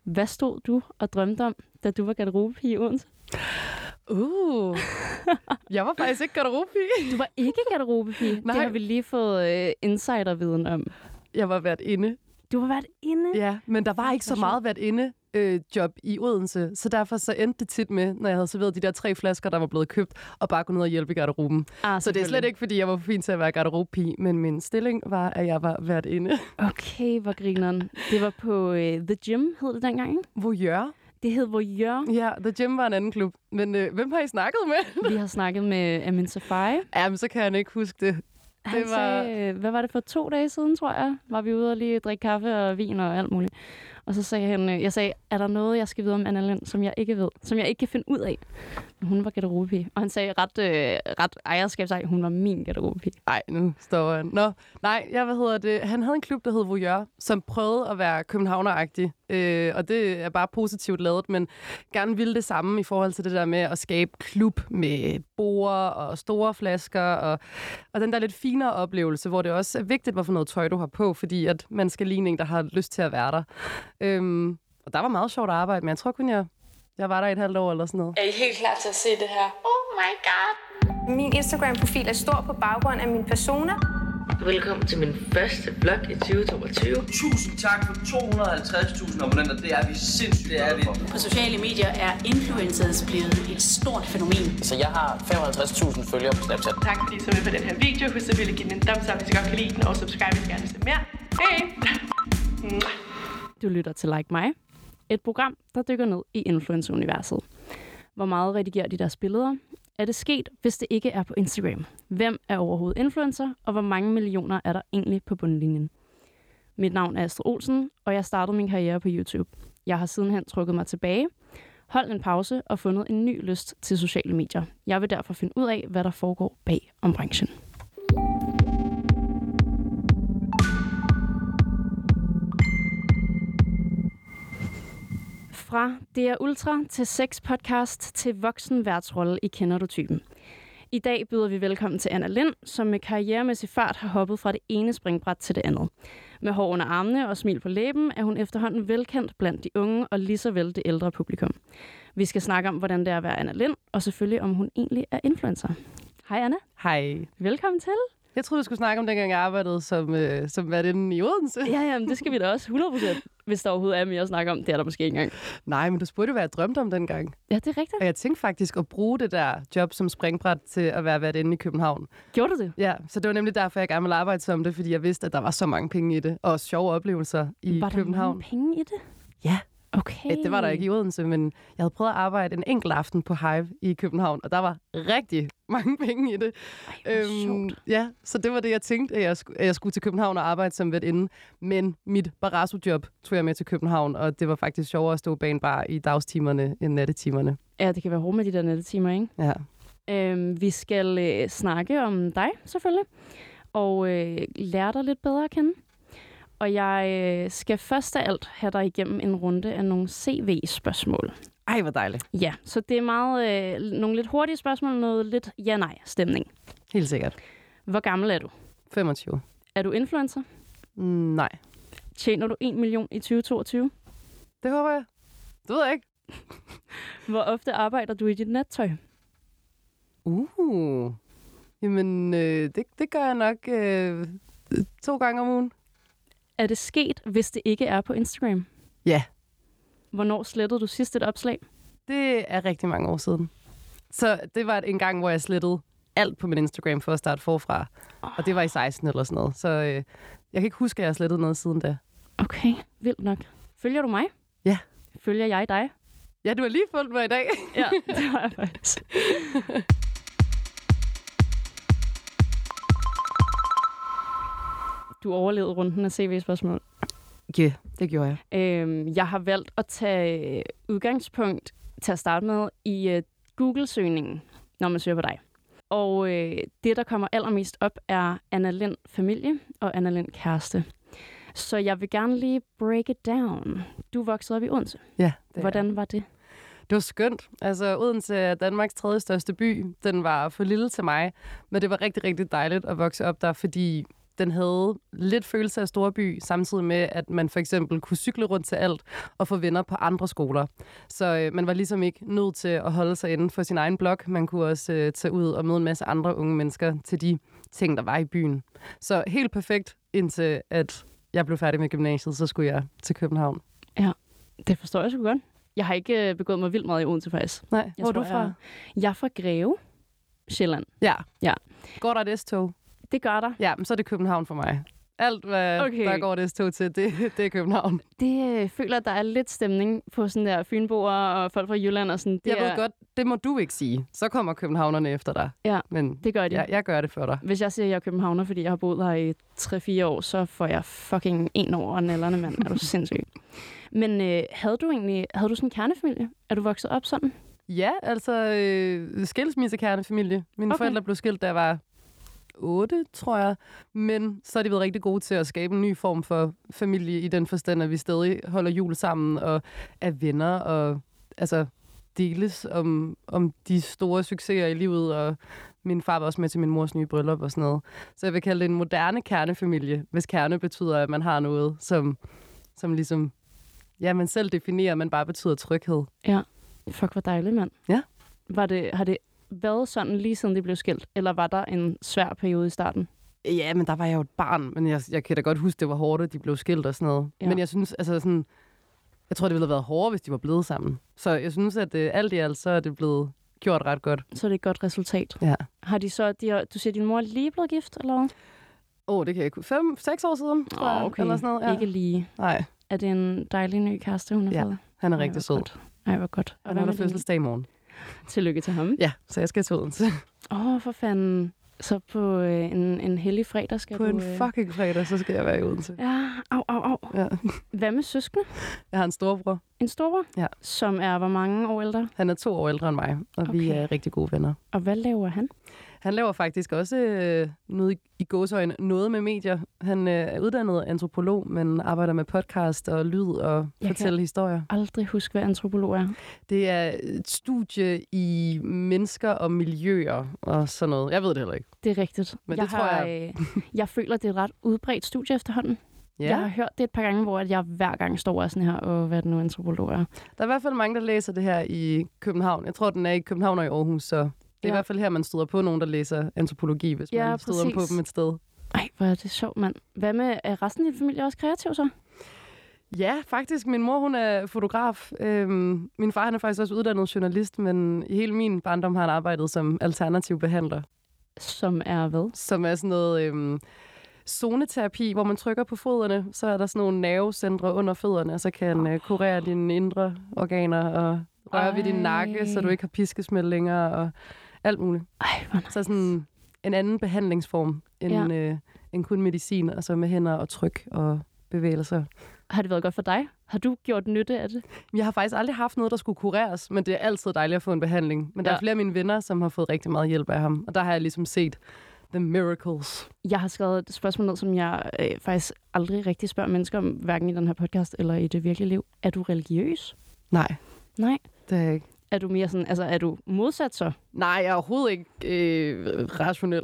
Hvad stod du og drømte om, da du var garderobepige i Odense? Jeg var faktisk ikke garderobepige. Du var ikke garderobepige? Det har vi lige fået insiderviden om. Jeg var vært inde. Du var vært inde? Ja, men der var ikke så meget vært inde job i Odense, så derfor så endte det tit med, når jeg havde serveret de der 3 flasker, der var blevet købt, og bare gå ned og hjælpe i garderoben. Så det er slet ikke, fordi jeg var for fin til at være garderobepige, men min stilling var, at jeg var vært inde. Okay, hvor grineren. Det var på The Gym, hed det dengang, ikke? Voyeur. Det hed Voyeur. Ja, The Gym var en anden klub. Men hvem har I snakket med? Vi har snakket med Amin Safai. Ja, men så kan jeg ikke huske det. Han sagde, hvad var det for 2 dage siden, tror jeg? Var vi ude og lige drikke kaffe og vin og alt muligt. Og så sagde han, jeg sagde, er der noget, jeg skal vide om Anna Lind, som jeg ikke ved? Som jeg ikke kan finde ud af? Hun var garderobepige. Og han sagde ret ejerskabsagt, hun var min garderobepige. Nej, nu står han. Han havde en klub, der hed Voyeur, som prøvede at være københavneragtig. Og det er bare positivt lavet, men gerne ville det samme i forhold til det der med at skabe klub med borde og store flasker. Og den der lidt finere oplevelse, hvor det også er vigtigt, hvorfor noget tøj du har på, fordi at man skal ligne en, der har lyst til at være der. Og der var meget sjovt at arbejde med. Jeg tror kun, jeg var der i et halvt år eller sådan noget. Er I helt klar til at se det her? Oh my god! Min Instagram-profil er stor på baggrund af min persona. Velkommen til min første vlog i 2022. Tusind tak for 250.000 abonnenter. Det er vi sindssygt. Det er vi. På sociale medier er influencers blevet et stort fænomen. Så jeg har 55.000 følgere på Snapchat. Tak fordi I så med på den her video. Husk selvfølgelig at give den en thumbs up, hvis I godt kan lide den, og subscribe, hvis I gerne vil se mere. Hej! Du lytter til Like Mig, et program, der dykker ned i influencer-universet. Hvor meget redigerer de deres billeder? Er det sket, hvis det ikke er på Instagram? Hvem er overhovedet influencer, og hvor mange millioner er der egentlig på bundlinjen? Mit navn er Astrid Olsen, og jeg startede min karriere på YouTube. Jeg har sidenhen trukket mig tilbage, holdt en pause og fundet en ny lyst til sociale medier. Jeg vil derfor finde ud af, hvad der foregår bag om branchen. Fra DR Ultra til Sex Podcast til voksen værtsrolle i Kender du typen. I dag byder vi velkommen til Anna Lind, som med karrieremæssig fart har hoppet fra det ene springbræt til det andet. Med hår under armene og smil på læben er hun efterhånden velkendt blandt de unge og lige så vel det ældre publikum. Vi skal snakke om, hvordan det er at være Anna Lind, og selvfølgelig om hun egentlig er influencer. Hej Anna. Hej. Velkommen til. Jeg troede, vi skulle snakke om dengang jeg arbejdede som værtinde i Odense. Ja, men det skal vi da også 100%, hvis der overhovedet er mere at snakke om. Det er der måske ikke engang. Nej, men du spurgte, hvad jeg drømte om dengang. Ja, det er rigtigt. Og jeg tænkte faktisk at bruge det der job som springbræt til at være værtinde i København. Gjorde du det? Ja, så det var nemlig derfor, jeg gerne ville arbejde som det, fordi jeg vidste, at der var så mange penge i det. Og sjove oplevelser i København. Var der mange penge i det? Ja. Okay. Det var der ikke i Odense, men jeg havde prøvet at arbejde en enkelt aften på Hive i København, og der var rigtig mange penge i det. Ja, så det var det, jeg tænkte, at jeg skulle til København og arbejde som værtinde. Men mit Barrasso-job tog jeg med til København, og det var faktisk sjovere at stå bag en bar i dagstimerne end nattetimerne. Ja, det kan være hårdt med de der nattetimer, ikke? Ja. Vi skal snakke om dig, selvfølgelig, og lære dig lidt bedre at kende. Og jeg skal først af alt have dig igennem en runde af nogle CV-spørgsmål. Ej, hvor dejligt. Ja, så det er meget nogle lidt hurtige spørgsmål, noget lidt ja-nej-stemning. Helt sikkert. Hvor gammel er du? 25. Er du influencer? Nej. Tjener du 1 million i 2022? Det håber jeg. Det ved jeg ikke. Hvor ofte arbejder du i dit nattøj? Jamen, det gør jeg nok 2 gange om ugen. Er det sket, hvis det ikke er på Instagram? Ja. Hvornår slettede du sidst et opslag? Det er rigtig mange år siden. Så det var en gang, hvor jeg slettede alt på min Instagram for at starte forfra. Og det var i 16 eller sådan noget. Så jeg kan ikke huske, at jeg har slettet noget siden da. Okay, vildt nok. Følger du mig? Ja. Følger jeg dig? Ja, du har lige fulgt mig i dag. Ja, det har jeg faktisk. Du overlevede runden af CV-spørgsmål. Ja, det gjorde jeg. Jeg har valgt at tage udgangspunkt til at starte med i Google-søgningen, når man søger på dig. Og det, der kommer allermest op, er Anna Lind familie og Anna Lind kæreste. Så jeg vil gerne lige break it down. Du voksede op i Odense. Ja. Hvordan var det? Det var skønt. Altså, Odense er Danmarks 3. største by. Den var for lille til mig, men det var rigtig, rigtig dejligt at vokse op der, fordi den havde lidt følelse af storby, samtidig med, at man for eksempel kunne cykle rundt til alt og få venner på andre skoler. Så man var ligesom ikke nødt til at holde sig inden for sin egen blok. Man kunne også tage ud og møde en masse andre unge mennesker til de ting, der var i byen. Så helt perfekt, indtil at jeg blev færdig med gymnasiet, så skulle jeg til København. Ja, det forstår jeg sgu godt. Jeg har ikke begået mig vildt meget i Odense, faktisk. Nej, hvor er du fra? Jeg er fra Greve, Sjælland. Ja. Går der et S-tog? Det gør der. Ja, men så er det København for mig. Alt, hvad der går et S-tog til, det er København. Det føler, at der er lidt stemning på sådan der fynboer og folk fra Jylland og sådan. Jeg ved godt, det må du ikke sige. Så kommer københavnerne efter dig. Ja, men det gør de. Jeg gør det for dig. Hvis jeg siger, at jeg er københavner, fordi jeg har boet her i 3-4 år, så får jeg fucking en over nælderne, mand. Er du sindssyg? Men havde du sådan en kernefamilie? Er du vokset op sådan? Ja, altså skilsmissekernefamilie. Mine forældre blev skilt, da jeg var 8, tror jeg. Men så er de været rigtig gode til at skabe en ny form for familie i den forstand, at vi stadig holder jul sammen og er venner og altså deles om de store succeser i livet. Og min far var også med til min mors nye bryllup og sådan noget. Så jeg vil kalde det en moderne kernefamilie, hvis kerne betyder, at man har noget, som ligesom, ja, man selv definerer, men bare betyder tryghed. Ja, fuck, hvor dejligt, mand. Ja. Har det været sådan lige siden det blev skilt, eller var der en svær periode i starten? Ja, men der var jeg jo et barn, men jeg kan da godt huske, det var hårdt, at de blev skilt og sådan noget. Ja. Men jeg synes, altså sådan, jeg tror, det ville have været hårdere, hvis de var blevet sammen. Så jeg synes, at alt i alt, så er det blevet gjort ret godt. Så er det et godt resultat. Ja. Har de så, du siger, at din mor er lige blevet gift, eller hvad? Det kan jeg ikke. 5-6 år siden, tror jeg. Okay. Eller sådan noget. Ja. Ikke lige. Nej. Er det en dejlig ny kæreste, hun har fået? Han er rigtig sød. Ej, hvor godt. Og han har fødselsdag i morgen. Tillykke til ham. Ja, så jeg skal til Odense. For fanden. Så på en hellig fredag skal på du... På en fucking fredag, så skal jeg være i Odense. Ja, au. Ja. Hvad med søskende? Jeg har en storebror. En storebror? Ja. Som er hvor mange år ældre? Han er 2 år ældre end mig, og vi er rigtig gode venner. Og hvad laver han? Han laver faktisk også noget i gåseøjne, noget med medier. Han er uddannet antropolog, men arbejder med podcast og lyd og fortæller historier. Jeg kan aldrig huske, hvad antropolog er. Det er et studie i mennesker og miljøer og sådan noget. Jeg ved det heller ikke. Det er rigtigt. Men det tror jeg... Jeg føler, det er et ret udbredt studie efterhånden. Ja. Jeg har hørt det et par gange, hvor jeg hver gang står og sådan her, hvad det nu antropolog er. Der er i hvert fald mange, der læser det her i København. Jeg tror, den er i København og i Aarhus, så... Det er i hvert fald her, man støder på nogen, der læser antropologi, hvis man støder på dem et sted. Ej, hvor er det sjovt, mand. Hvad med, er resten af din familie også kreativ så? Ja, faktisk. Min mor, hun er fotograf. Min far, han er faktisk også uddannet journalist, men i hele min barndom har han arbejdet som alternativ behandler. Som er hvad? Som er sådan noget zoneterapi, hvor man trykker på fødderne. Så er der sådan nogle nervecentre under fødderne, og så kan han kurere dine indre organer og røre ved din nakke, så du ikke har piskesmæld længere og alt muligt. Ej, hvor nice. Så sådan en anden behandlingsform end kun medicin, altså med hænder og tryk og bevægelser. Har det været godt for dig? Har du gjort nytte af det? Jeg har faktisk aldrig haft noget, der skulle kureres, men det er altid dejligt at få en behandling. Men der er flere af mine venner, som har fået rigtig meget hjælp af ham, og der har jeg ligesom set the miracles. Jeg har skrevet et spørgsmål ned, som jeg faktisk aldrig rigtig spørger mennesker om, hverken i den her podcast eller i det virkelige liv. Er du religiøs? Nej. Nej? Det er jeg ikke. Er du mere sådan, altså er du modsat så? Nej, jeg er overhovedet ikke rationel.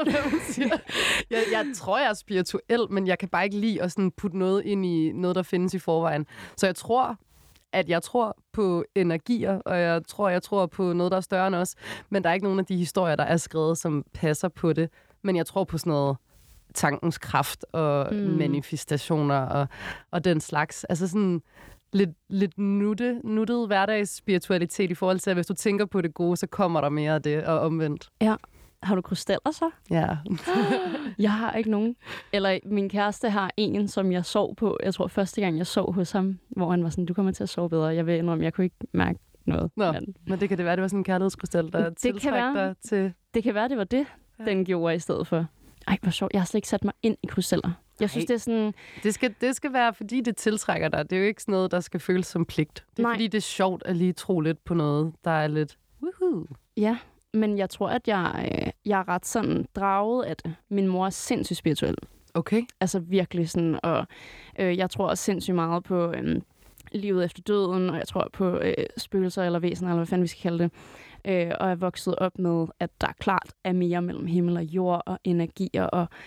jeg tror, jeg er spirituel, men jeg kan bare ikke lide at sådan putte noget ind i noget, der findes i forvejen. Så jeg tror på energier, og jeg tror på noget, der er større end os. Men der er ikke nogen af de historier, der er skrevet, som passer på det. Men jeg tror på sådan noget tankens kraft og manifestationer og den slags. Altså sådan... Lidt nuttet hverdagsspiritualitet i forhold til, at hvis du tænker på det gode, så kommer der mere af det, og omvendt. Ja. Har du krystaller så? Ja. Jeg har ikke nogen. Eller min kæreste har en, som jeg sov på. Jeg tror første gang, jeg sov hos ham, hvor han var sådan, du kommer til at sove bedre. Jeg ved indrømme, jeg kunne ikke mærke noget. Nå, men det kan det være, det var sådan en kærlighedskrystal, der tiltrækker dig til... Det kan være, det var det, den gjorde i stedet for. Ej, hvor sjovt. Jeg har slet ikke sat mig ind i krystaller. Jeg synes, det er sådan... Det skal være, fordi det tiltrækker dig. Det er jo ikke sådan noget, der skal føles som pligt. Det er fordi, det er sjovt at lige tro lidt på noget, der er lidt... Woohoo. Ja, men jeg tror, at jeg er ret sådan draget af det. Min mor er sindssygt spirituel. Okay. Altså virkelig sådan, og jeg tror også sindssygt meget på livet efter døden, og jeg tror på spøgelser eller væsener, eller hvad fanden vi skal kalde det. Og er vokset op med, at der klart er mere mellem himmel og jord og energier, og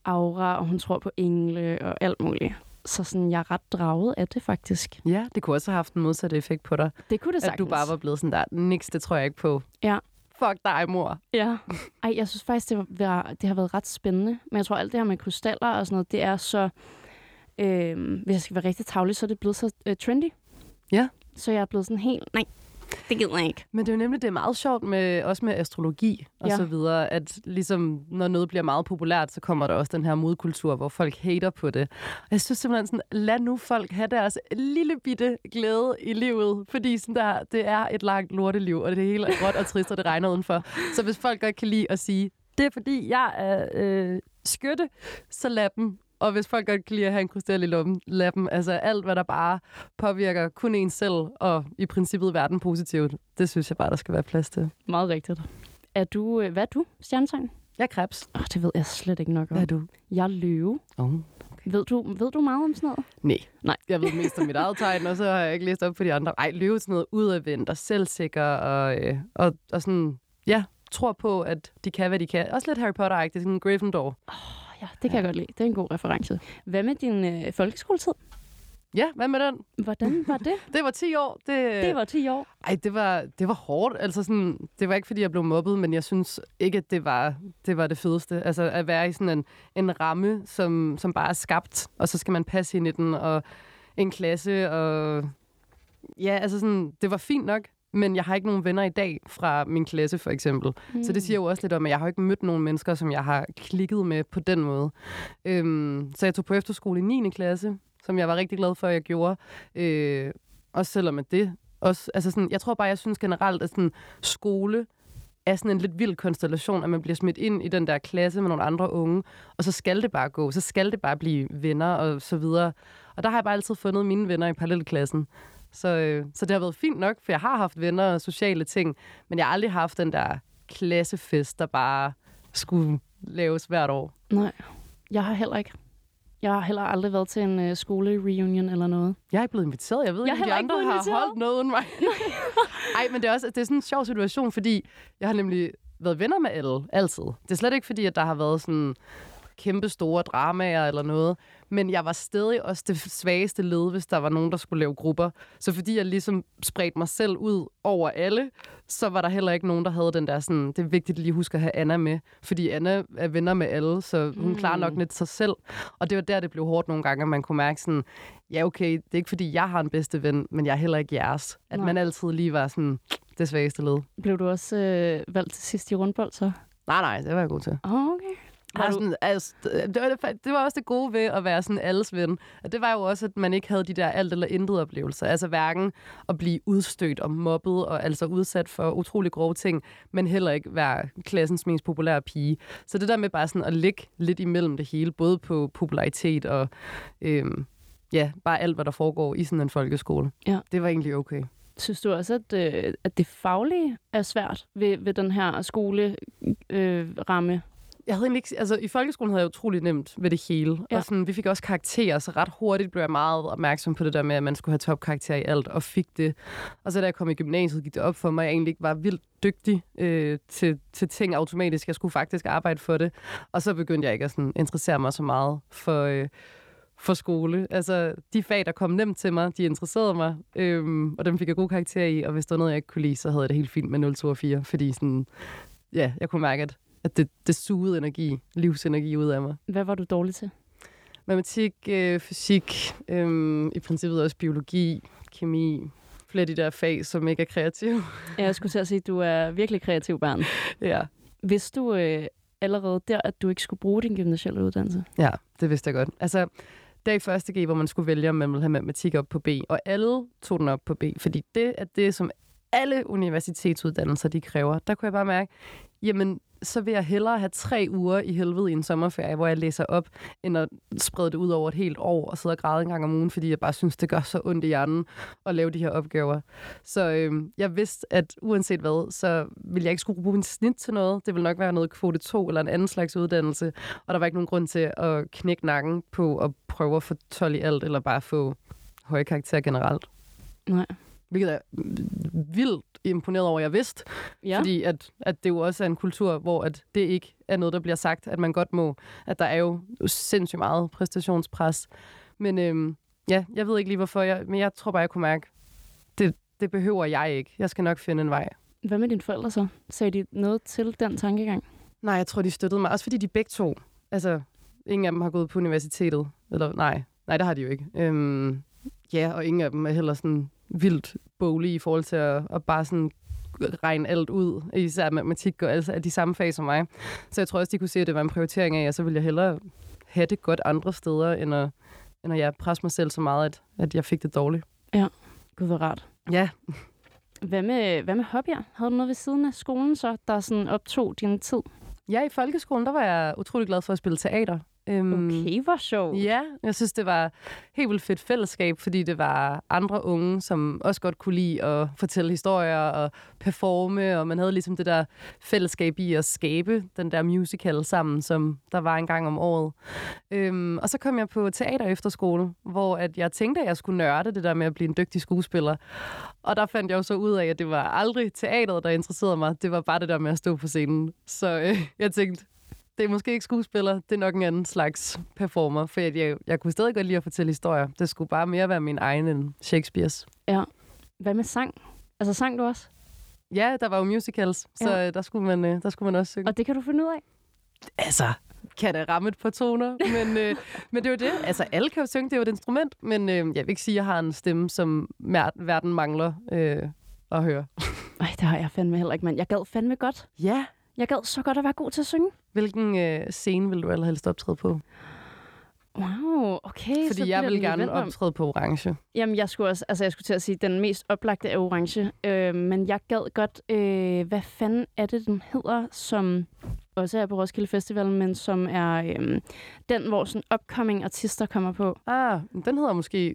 aura, og hun tror på engle og alt muligt. Så sådan, jeg er ret draget af det, faktisk. Ja, det kunne også have haft en modsatte effekt på dig. Det kunne det sagtens. At du bare var blevet sådan der, niks, det tror jeg ikke på. Ja. Fuck dig, mor. Ja. Ej, jeg synes faktisk, det har været ret spændende. Men jeg tror, alt det her med krystaller og sådan noget, det er så... hvis jeg skal være rigtig tavlig, så er det blevet så trendy. Ja. Så jeg er blevet sådan helt... Nej, det gider jeg ikke. Men det er jo nemlig, det er meget sjovt også med astrologi og så videre, at ligesom når noget bliver meget populært, så kommer der også den her modkultur, hvor folk hater på det. Og jeg synes simpelthen sådan, lad nu folk have deres lille bitte glæde i livet, fordi sådan der, det er et langt lorteliv, og det er helt råt og trist, og det regner udenfor. Så hvis folk godt kan lide at sige, det er fordi jeg er skytte, så lad dem. Og hvis folk godt kan lide at have en krystal i lommen, lad dem. Altså alt, hvad der bare påvirker kun en selv, og i princippet verden positivt, det synes jeg bare, der skal være plads til. Meget rigtigt. Hvad er du, stjernetegn? Jeg er krebs. Det ved jeg slet ikke nok om. Hvad er du? Jeg er løve. Okay. Ved du meget om sådan noget? Nej. Jeg ved mest om mit eget tegn, og så har jeg ikke læst op på de andre. Løve sådan noget udadvendt og selvsikker, og sådan, ja, tror på, at de kan, hvad de kan. Også lidt Harry Potter-agtigt, sådan en Gryffindor. Ja, det kan jeg godt lide. Det er en god reference. Hvad med din folkeskoletid? Ja, hvad med den? Hvordan var det? Det var 10 år. Det var 10 år? Ej, det var hårdt. Altså sådan, det var ikke, fordi jeg blev mobbet, men jeg synes ikke, at det var det fedeste. Altså at være i sådan en ramme, som bare er skabt, og så skal man passe ind i den, og en klasse, og ja, altså sådan, det var fint nok. Men jeg har ikke nogen venner i dag fra min klasse, for eksempel. Så det siger jo også lidt om, at jeg har ikke mødt nogen mennesker, som jeg har klikket med på den måde. Så jeg tog på efterskole i 9. klasse, som jeg var rigtig glad for, at jeg gjorde. Også selvom at det også... Altså sådan, jeg tror bare, jeg synes generelt, at sådan, skole er sådan en lidt vild konstellation, at man bliver smidt ind i den der klasse med nogle andre unge, og så skal det bare gå. Så skal det bare blive venner og så videre. Og der har jeg bare altid fundet mine venner i parallelklassen. Så det har været fint nok, for jeg har haft venner og sociale ting, men jeg har aldrig haft den der klassefest, der bare skulle laves hvert år. Nej, jeg har heller ikke. Jeg har heller aldrig været til en skole-reunion eller noget. Jeg er ikke blevet inviteret. Jeg ved ikke, om de andre har holdt noget uden mig. Ej, men det er sådan en sjov situation, fordi jeg har nemlig været venner med alle, altid. Det er slet ikke fordi, at der har været sådan kæmpe store dramaer eller noget, men jeg var stadig også det svageste led, hvis der var nogen, der skulle lave grupper. Så fordi jeg ligesom spredte mig selv ud over alle, så var der heller ikke nogen, der havde den der sådan, det er vigtigt at lige huske at have Anna med, fordi Anna er venner med alle, så hun klarer nok lidt sig selv. Og det var der, det blev hårdt nogle gange, at man kunne mærke sådan, ja okay, det er ikke fordi, jeg har en bedste ven, men jeg er heller ikke jeres. At man altid lige var sådan, det svageste led. Blev du også valgt til sidst i rundbold, så? Nej, det var jeg god til. Okay. Det var også det gode ved at være sådan alles ven. Og det var jo også, at man ikke havde de der alt eller intet oplevelser. Altså hverken at blive udstødt og mobbet og altså udsat for utrolig grove ting, men heller ikke være klassens mest populære pige. Så det der med bare sådan at ligge lidt imellem det hele, både på popularitet og bare alt, hvad der foregår i sådan en folkeskole. Ja. Det var egentlig okay. Synes du også, at det faglige er svært ved den her skole-ramme? Jeg havde ikke, altså i folkeskolen havde jeg utrolig nemt ved det hele. Ja. Og sådan, vi fik også karakterer, så ret hurtigt blev jeg meget opmærksom på det der med, at man skulle have topkarakterer i alt, og fik det. Og så da jeg kom i gymnasiet, gik det op for mig, at jeg egentlig ikke var vildt dygtig til ting automatisk. Jeg skulle faktisk arbejde for det. Og så begyndte jeg ikke at sådan, interessere mig så meget for skole. Altså, de fag, der kom nemt til mig, de interesserede mig, og dem fik jeg gode karakterer i, og hvis der var noget, jeg ikke kunne lide, så havde jeg det helt fint med 0, 2 og 4, fordi sådan, ja, jeg kunne mærke, at det sugede livsenergi ud af mig. Hvad var du dårlig til? Matematik, fysik, i princippet også biologi, kemi, flere af de der fag, som ikke er kreative. Ja, jeg skulle til at sige, at du er virkelig kreativ barn. Ja. Vidste du allerede der, at du ikke skulle bruge din gymnasiale uddannelse? Ja, det vidste jeg godt. Altså, der i første G, hvor man skulle vælge, om man ville have matematik op på B, og alle tog den op på B, fordi det er det, som alle universitetsuddannelser, de kræver. Der kunne jeg bare mærke, jamen, så vil jeg hellere have 3 uger i helvede i en sommerferie, hvor jeg læser op, end at sprede det ud over et helt år og sidde og græde en gang om ugen, fordi jeg bare synes, det gør så ondt i hjernen at lave de her opgaver. Så jeg vidste, at uanset hvad, så ville jeg ikke skulle bruge min snit til noget. Det ville nok være noget kvote 2 eller en anden slags uddannelse, og der var ikke nogen grund til at knække nakken på at prøve at få 12 i alt, eller bare få høje karakterer generelt. Nej. Hvilket er vildt imponeret over, jeg vidste. Ja. Fordi at det jo også er en kultur, hvor at det ikke er noget, der bliver sagt, at man godt må. At der er jo sindssygt meget præstationspres. Men ja, jeg ved ikke lige hvorfor, men jeg tror bare, jeg kunne mærke, det behøver jeg ikke. Jeg skal nok finde en vej. Hvad med dine forældre så? Sagde de noget til den tankegang? Nej, jeg tror, de støttede mig. Også fordi de begge to. Altså, ingen af dem har gået på universitetet. Eller nej, det har de jo ikke. Ja, og ingen af dem er heller sådan vildt boglige i forhold til at bare sådan regne alt ud. Især matematik og altså de samme fag som mig. Så jeg tror også, de kunne se, at det var en prioritering af, og så ville jeg hellere have det godt andre steder, end at jeg presse mig selv så meget, at jeg fik det dårligt. Ja, gud hvor rart. Ja. Hvad med hobbyer? Havde du noget ved siden af skolen så, der sådan optog din tid? Ja, i folkeskolen, der var jeg utrolig glad for at spille teater. Okay, hvor sjovt. Ja, jeg synes, det var helt vildt fedt fællesskab, fordi det var andre unge, som også godt kunne lide at fortælle historier og performe, og man havde ligesom det der fællesskab i at skabe den der musical sammen, som der var en gang om året. Og så kom jeg på teater efter skole, hvor at jeg tænkte, at jeg skulle nørde det der med at blive en dygtig skuespiller. Og der fandt jeg jo så ud af, at det var aldrig teateret, der interesserede mig. Det var bare det der med at stå på scenen. Så jeg tænkte, det er måske ikke skuespiller, det er nok en anden slags performer, for jeg kunne stadig godt lide at fortælle historier. Det skulle bare mere være min egen end Shakespeares. Ja. Hvad med sang? Altså sang du også? Ja, der var jo musicals, så der skulle man også synge. Og det kan du finde ud af? Altså, kan det ramme et par toner, men det er jo det. Altså, alle kan jo synge, det er jo et instrument, men jeg vil ikke sige, at jeg har en stemme, som verden mangler at høre. Ej, det har jeg fandme heller ikke, mand. Jeg gad fandme godt. Ja. Jeg gad så godt at være god til at synge. Hvilken scene vil du allerhelst optræde på? Wow, okay. Fordi jeg vil gerne optræde på Orange. Jamen, jeg skulle til at sige, den mest oplagte er Orange. Men jeg gad godt, hvad fanden er det, den hedder, som også er på Roskilde Festival, men som er den, hvor sådan upcoming artister kommer på. Den hedder måske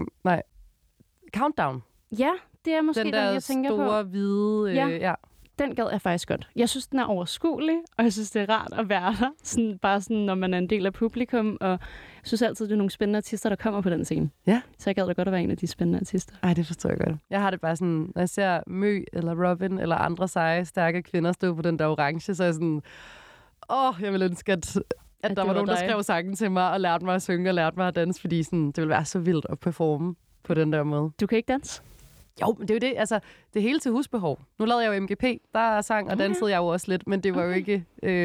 Countdown. Ja, det er måske den jeg tænker på. Den der store, hvide... ja. Den gad jeg faktisk godt. Jeg synes, den er overskuelig, og jeg synes, det er rart at være der. Bare sådan, når man er en del af publikum, og jeg synes altid, det er nogle spændende artister, der kommer på den scene. Ja. Så jeg gad da godt at være en af de spændende artister. Ej, det forstår jeg godt. Jeg har det bare sådan, når jeg ser Mø eller Robin eller andre seje, stærke kvinder stå på den der Orange, så er jeg sådan, jeg vil ønske, at der var nogen, der skrev sangen til mig, og lærte mig at synge og lærte mig at danse, fordi sådan, det ville være så vildt at performe på den der måde. Du kan ikke danse? Jo, men det er jo det. Altså, det hele til husbehov. Nu lavede jeg jo MGP. Der sang og dansede jeg jo også lidt, men det var jo ikke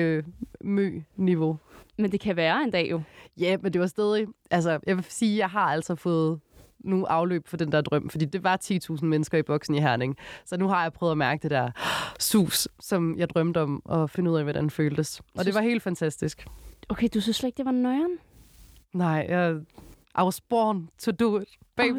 mø-niveau. Men det kan være en dag jo. Ja, men det var stadig... Altså, jeg vil sige, at jeg har altså fået nu afløb for den der drøm, fordi det var 10.000 mennesker i boksen i Herning. Så nu har jeg prøvet at mærke det der sus, som jeg drømte om at finde ud af, hvordan det føltes. Og det var helt fantastisk. Okay, du synes slet ikke, det var nøjeren? Nej, I was born to do it, baby.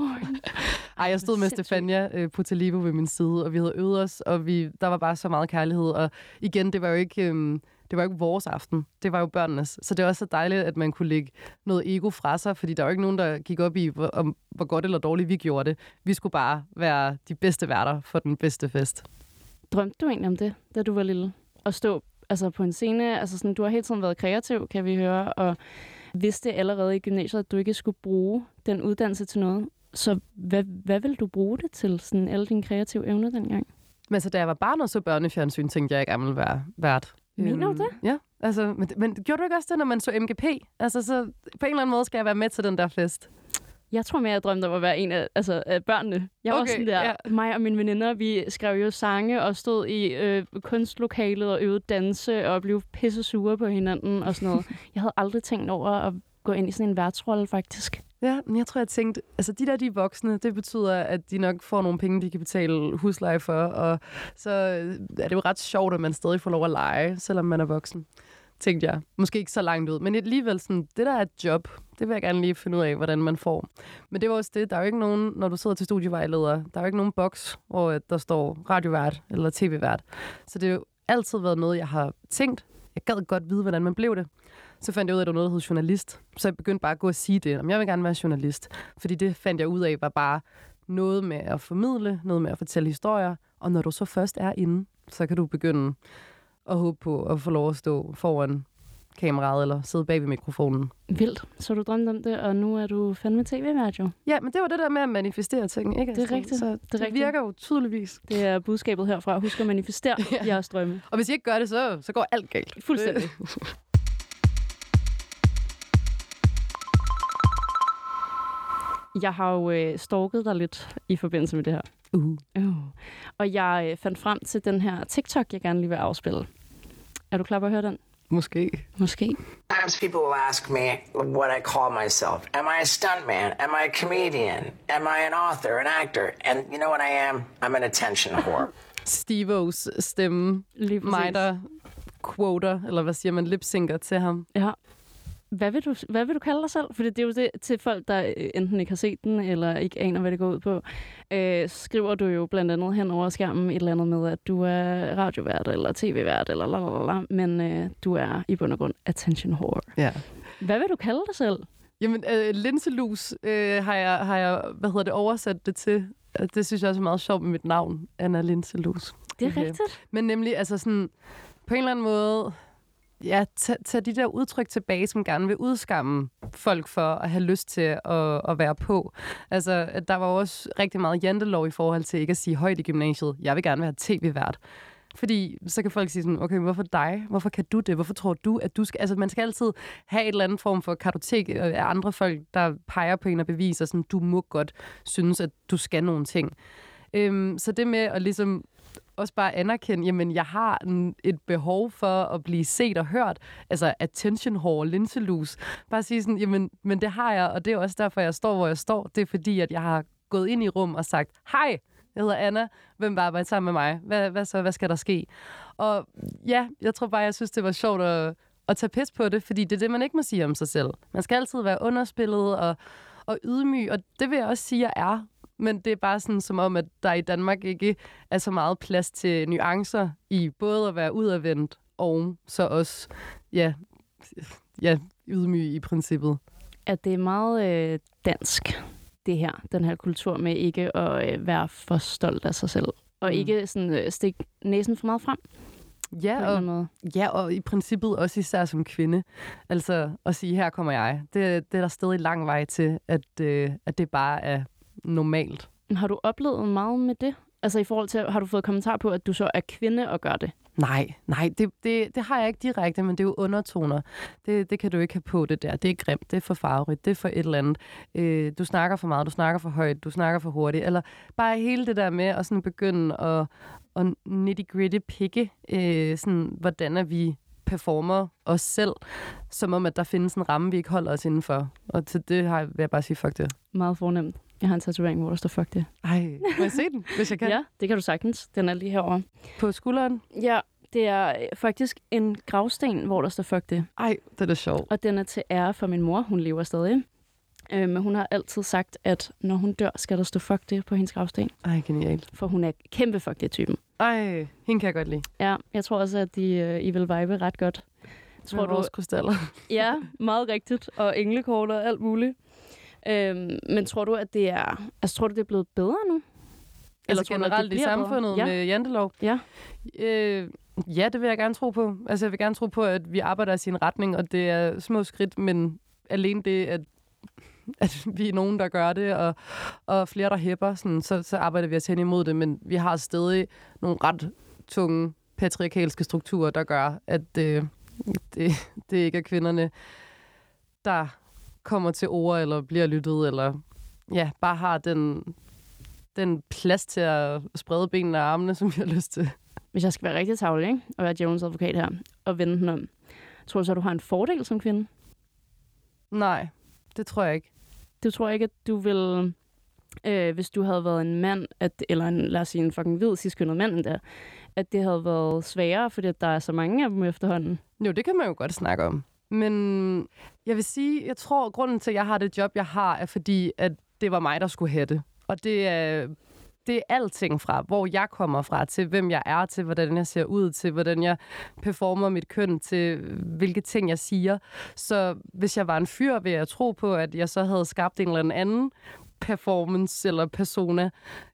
Ej, jeg stod med Stefania Potalivo ved min side, og vi havde øvet os, og der var bare så meget kærlighed. Og igen, det var jo ikke vores aften. Det var jo børnenes. Så det var også så dejligt, at man kunne lægge noget ego fra sig, fordi der var jo ikke nogen, der gik op i, hvor godt eller dårligt vi gjorde det. Vi skulle bare være de bedste værter for den bedste fest. Drømte du egentlig om det, da du var lille? At stå på en scene? Altså sådan, du har hele tiden været kreativ, kan vi høre, og vidste allerede i gymnasiet, at du ikke skulle bruge den uddannelse til noget. Så hvad vil du bruge det til, sådan alle dine kreative evner dengang? Men altså, da jeg var barn og så børnefjernsyn, tænkte jeg ikke, at jeg ville være vært. Mener du det? Ja, altså, men gjorde du ikke også det, når man så MGP? Altså, så på en eller anden måde skal jeg være med til den der fest. Jeg tror mere, jeg drømte om at være en af børnene. Jeg var sådan der, mig og mine veninder, vi skrev jo sange og stod i kunstlokalet og øvede danse og blev pisse sure på hinanden og sådan noget. Jeg havde aldrig tænkt over at gå ind i sådan en værtsrolle, faktisk. Ja, men jeg tror, jeg tænkte, altså de er voksne, det betyder, at de nok får nogle penge, de kan betale husleje for, og så er det jo ret sjovt, at man stadig får lov at lege, selvom man er voksen, tænkte jeg. Måske ikke så langt ud, men alligevel sådan, det der er et job, det vil jeg gerne lige finde ud af, hvordan man får. Men det var også det, der er jo ikke nogen, når du sidder til studievejleder, der er jo ikke nogen boks, hvor der står radiovært eller tv-vært. Så det har jo altid været noget, jeg har tænkt. Jeg gad godt vide, hvordan man blev det. Så fandt jeg ud af, at der var noget, der hed journalist. Så jeg begyndte bare at gå og sige det. Om jeg vil gerne være journalist. Fordi det fandt jeg ud af, var bare noget med at formidle, noget med at fortælle historier. Og når du så først er inde, så kan du begynde at håbe på at få lov at stå foran kameraet eller sidde bag ved mikrofonen. Vildt. Så du drømte om det, og nu er du fandme tv-vært jo. Ja, men det var det der med at manifestere ting, ikke? Det er rigtigt. Så det virker jo tydeligvis. Det er budskabet herfra. Husk at manifestere jeres drømme. Og hvis I ikke gør det, så går alt galt. Fuldstændig. Jeg har jo stalket dig lidt i forbindelse med det her. Og jeg fandt frem til den her TikTok, jeg gerne lige vil afspille. Er du klar på at høre den? Måske. Sometimes people will ask me what I call myself. Am I a stuntman? Am I a comedian? Am I an author, an actor? And you know what I am? I'm an attention whore. Steve-O's stemme. Mig, der quoter, eller hvad siger man, lip-synker til ham. Ja. Hvad vil du kalde dig selv? For det er jo det til folk, der enten ikke har set den, eller ikke aner, hvad det går ud på. Skriver du jo blandt andet hen over skærmen et eller andet med, at du er radiovært, eller tv-vært, eller lalala, men du er i bund og grund attention whore. Ja. Hvad vil du kalde dig selv? Jamen, linselus har jeg oversat det til. Det synes jeg også er meget sjovt med mit navn, Anna Linselus. Det er rigtigt. Men nemlig, altså sådan, på en eller anden måde... Ja, tag de der udtryk tilbage, som gerne vil udskamme folk for at have lyst til at være på. Altså, der var også rigtig meget jantelov i forhold til ikke at sige højt i gymnasiet. Jeg vil gerne være tv-vært. Fordi så kan folk sige sådan, okay, hvorfor dig? Hvorfor kan du det? Hvorfor tror du, at du skal... Altså, man skal altid have et eller andet form for kartotek af andre folk, der peger på en og beviser, sådan, du må godt synes, at du skal nogle ting. Så det med at ligesom... også bare anerkende, jamen jeg har et behov for at blive set og hørt, altså attention whore, linselus. Bare sige sådan, jamen men det har jeg, og det er også derfor, jeg står, hvor jeg står. Det er fordi, at jeg har gået ind i rum og sagt, hej, jeg hedder Anna, hvem vil arbejde sammen med mig? Hvad så? Hvad skal der ske? Og ja, jeg tror bare, jeg synes, det var sjovt at tage pis på det, fordi det er det, man ikke må sige om sig selv. Man skal altid være underspillet og ydmyg, og det vil jeg også sige, jeg er. Men det er bare sådan som om, at der i Danmark ikke er så meget plads til nuancer i både at være udadvendt og så også ydmyg i princippet. At det er meget dansk, det her, den her kultur med ikke at være for stolt af sig selv. Og ikke sådan stikke næsen for meget frem. Ja, og i princippet også især som kvinde. Altså at sige, her kommer jeg. Det er der stadig lang vej til, at det bare er normalt. Har du oplevet meget med det? Altså i forhold til, har du fået kommentar på, at du så er kvinde og gør det? Nej, det har jeg ikke direkte, men det er jo undertoner. Det kan du ikke have på det der. Det er grimt, det er for farverigt, det er for et eller andet. Du snakker for meget, du snakker for højt, du snakker for hurtigt. Eller bare hele det der med at sådan begynde at nitty-gritty pikke, sådan, hvordan er vi performer os selv, som om, at der findes en ramme, vi ikke holder os indenfor. Og til det vil jeg bare sige, fuck det. Meget fornemt. Jeg har en tatovering, hvor der står fuck det. Ej, må jeg se den, hvis jeg kan? Ja, det kan du sagtens. Den er lige herovre. På skulderen? Ja, det er faktisk en gravsten, hvor der står fuck det. Ej, det er sjovt. Og den er til ære for min mor. Hun lever stadig. Men hun har altid sagt, at når hun dør, skal der stå fuck det på hendes gravsten. Ej, genialt. For hun er kæmpe fuck det-typen. Ej, hende kan jeg godt lide. Ja, jeg tror også, at I vil vibe ret godt. Tror du også krystaller? Ja, meget rigtigt. Og englekort og alt muligt. Men tror du, at det er... Altså, tror du, det er blevet bedre nu? Eller altså generelt i samfundet med jantelov? Ja. Ja, det vil jeg gerne tro på. Altså, jeg vil gerne tro på, at vi arbejder i sin retning, og det er små skridt, men alene det, at vi er nogen, der gør det, og flere, der hæpper, sådan, så arbejder vi os hen imod det, men vi har stadig nogle ret tunge patriarkalske strukturer, der gør, at det ikke er kvinderne, der kommer til ord, eller bliver lyttet, eller bare har den plads til at sprede benene og armene, som vi har lyst til. Hvis jeg skal være rigtig tavlig, ikke? Og være djævelens advokat her, og vende den om, tror du så, at du har en fordel som kvinde? Nej, det tror jeg ikke. Du tror ikke, at du vil, hvis du havde været en mand, eller lad os sige en fucking hvid ciskønnet mand der, at det havde været sværere, fordi der er så mange af dem efterhånden? Jo, det kan man jo godt snakke om. Men jeg vil sige, jeg tror, at grunden til, at jeg har det job, jeg har, er fordi, at det var mig, der skulle have det. Og det er alting fra, hvor jeg kommer fra, til hvem jeg er, til hvordan jeg ser ud, til hvordan jeg performer mit køn, til hvilke ting jeg siger. Så hvis jeg var en fyr, vil jeg tro på, at jeg så havde skabt en eller anden performance eller persona.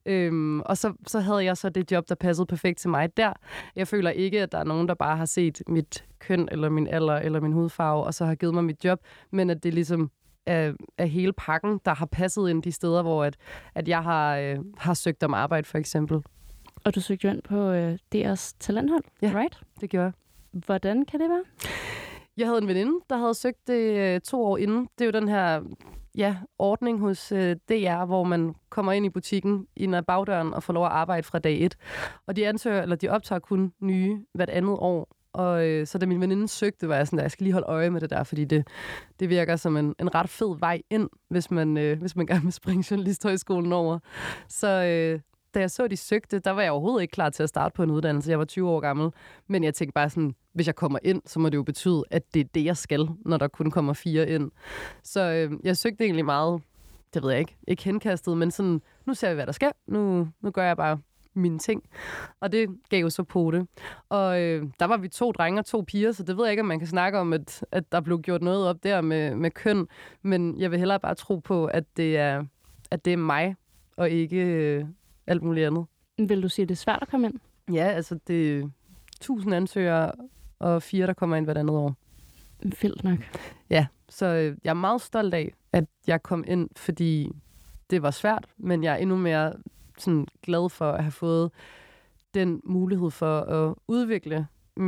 Og så havde jeg så det job, der passede perfekt til mig der. Jeg føler ikke, at der er nogen, der bare har set mit køn, eller min alder, eller min hudfarve, og så har givet mig mit job, men at det ligesom er hele pakken, der har passet ind de steder, hvor at jeg har søgt om arbejde, for eksempel. Og du søgte jo ind på DR's talenthold, right? Det gjorde jeg. Hvordan kan det være? Jeg havde en veninde, der havde søgt det 2 år inden. Det er jo den her ordning hos DR, hvor man kommer ind i butikken ind ad bagdøren og får lov at arbejde fra dag 1. Og de optager kun nye hvert andet år. Og så da min veninde søgte, var jeg sådan, at jeg skal lige holde øje med det der, fordi det virker som en ret fed vej ind, hvis man gerne vil springe journalisthøjskolen over. Så da jeg så, de søgte, der var jeg overhovedet ikke klar til at starte på en uddannelse. Jeg var 20 år gammel, men jeg tænkte bare sådan, hvis jeg kommer ind, så må det jo betyde, at det er det, jeg skal, når der kun kommer 4 ind. Så jeg søgte egentlig meget, det ved jeg ikke henkastet, men sådan, nu ser vi, hvad der sker. Nu gør jeg bare mine ting. Og det gav jo så på det. Og der var vi 2 drenge og 2 piger, så det ved jeg ikke, om man kan snakke om, at der blev gjort noget op der med køn. Men jeg vil hellere bare tro på, at det er mig, og ikke alt muligt andet. Vil du sige, at det er svært at komme ind? Ja, altså det er 1000 ansøgere, og 4, der kommer ind hvert andet år. Vildt nok. Ja, så jeg er meget stolt af, at jeg kom ind, fordi det var svært, men jeg er endnu mere sådan glad for at have fået den mulighed for at udvikle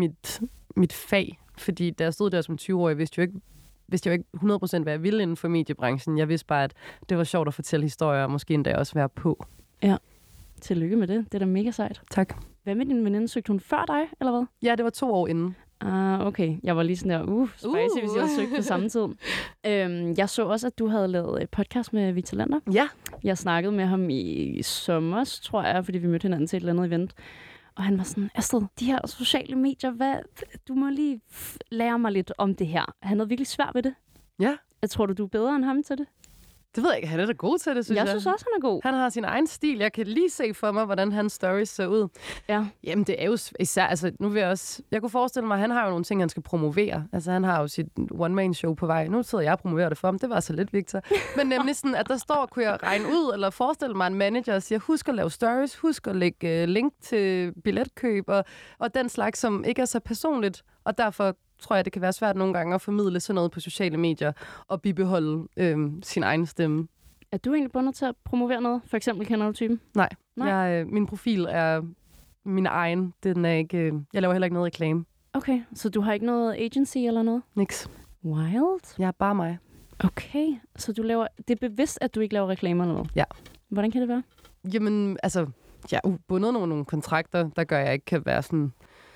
mit fag. Fordi da jeg stod der som 20-årig, vidste jeg jo ikke 100% hvad jeg ville inden for mediebranchen. Jeg vidste bare, at det var sjovt at fortælle historier, og måske endda også være på. Ja, tillykke med det. Det er da mega sejt. Tak. Hvad med din veninde? Søgte hun før dig, eller hvad? Ja, det var 2 år inden. Okay. Jeg var lige sådan der, spicy, hvis jeg havde søgt på samme tid. Jeg så også, at du havde lavet et podcast med Victor Lander. Ja. Jeg snakkede med ham i sommer, tror jeg, fordi vi mødte hinanden til et eller andet event. Og han var sådan, Astrid, de her sociale medier, du må lige lære mig lidt om det her. Han havde virkelig svært ved det. Ja. Jeg tror du er bedre end ham til det? Det ved jeg ikke. Han er da god til det, synes jeg. Jeg synes også, han er god. Han har sin egen stil. Jeg kan lige se for mig, hvordan hans stories ser ud. Ja. Jamen, det er jo især... Altså, nu vil jeg kunne forestille mig, at han har jo nogle ting, han skal promovere. Altså, han har jo sit one-man-show på vej. Nu sidder jeg og promoverer det for ham. Det var så lidt, Victor. Men nemlig sådan, at der står, kunne jeg regne ud, eller forestille mig en manager og siger, husk at lave stories, husk at lægge link til billetkøb, og den slags, som ikke er så personligt. Og derfor tror jeg, det kan være svært nogle gange at formidle sådan noget på sociale medier og bibeholde sin egen stemme. Er du egentlig bundet til at promovere noget? For eksempel kender du typen? Nej. Min profil er min egen. Den er ikke, jeg laver heller ikke noget reklame. Okay, så du har ikke noget agency eller noget? Niks. Wild? Jeg er bare mig. Okay, så du laver... Det er bevidst, at du ikke laver reklamer eller noget? Ja. Hvordan kan det være? Jamen, altså, jeg er bundet nogle kontrakter, der gør, at jeg ikke kan være sådan...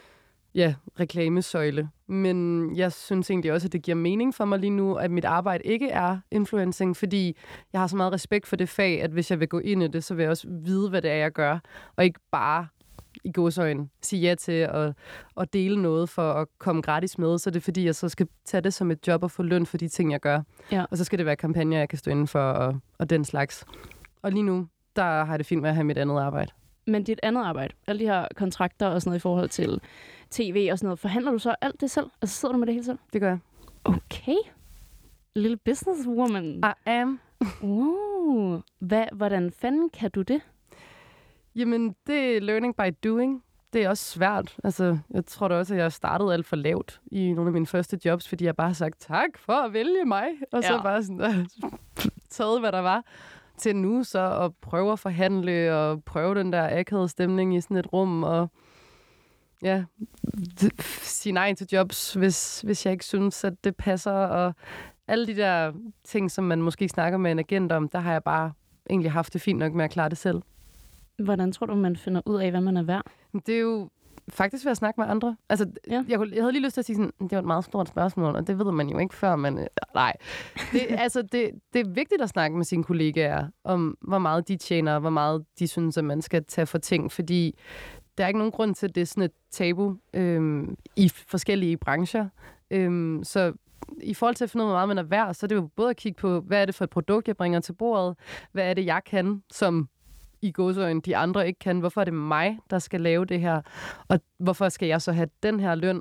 reklamesøjle. Men jeg synes egentlig også, at det giver mening for mig lige nu, at mit arbejde ikke er influencing, fordi jeg har så meget respekt for det fag, at hvis jeg vil gå ind i det, så vil jeg også vide, hvad det er, jeg gør, og ikke bare i gåseøjne sige ja til at dele noget for at komme gratis med, så det er fordi, jeg så skal tage det som et job og få løn for de ting, jeg gør. Ja. Og så skal det være kampagner, jeg kan stå inden for, og den slags. Og lige nu, der har det fint med at have mit andet arbejde. Men dit andet arbejde, alle de her kontrakter og sådan noget i forhold til tv og sådan noget, forhandler du så alt det selv? Altså sidder du med det hele selv? Det gør jeg. Okay. Lille businesswoman. I am. Wow. Hvordan fanden kan du det? Jamen, det er learning by doing. Det er også svært. Altså, jeg tror da også, at jeg startede alt for lavt i nogle af mine første jobs, fordi jeg bare har sagt tak for at vælge mig. Og så bare sådan taget, hvad der var. Til nu så at prøve at forhandle og prøve den der akavede stemning i sådan et rum og sige nej til jobs, hvis jeg ikke synes, at det passer. Og alle de der ting, som man måske snakker med en agent om, der har jeg bare egentlig haft det fint nok med at klare det selv. Hvordan tror du, man finder ud af, hvad man er værd? Det er jo faktisk ved at snakke med andre. Altså, jeg havde lige lyst til at sige sådan, det var et meget stort spørgsmål, og det ved man jo ikke før, man... Nej. Det er vigtigt at snakke med sine kollegaer om, hvor meget de tjener, og hvor meget de synes, at man skal tage for ting, fordi der er ikke nogen grund til, at det er sådan et tabu i forskellige brancher. Så i forhold til at finde ud af, hvor meget man er værd, så er det jo både at kigge på, hvad er det for et produkt, jeg bringer til bordet, hvad er det, jeg kan, som i gåseøjne de andre ikke kan. Hvorfor er det mig, der skal lave det her? Og hvorfor skal jeg så have den her løn?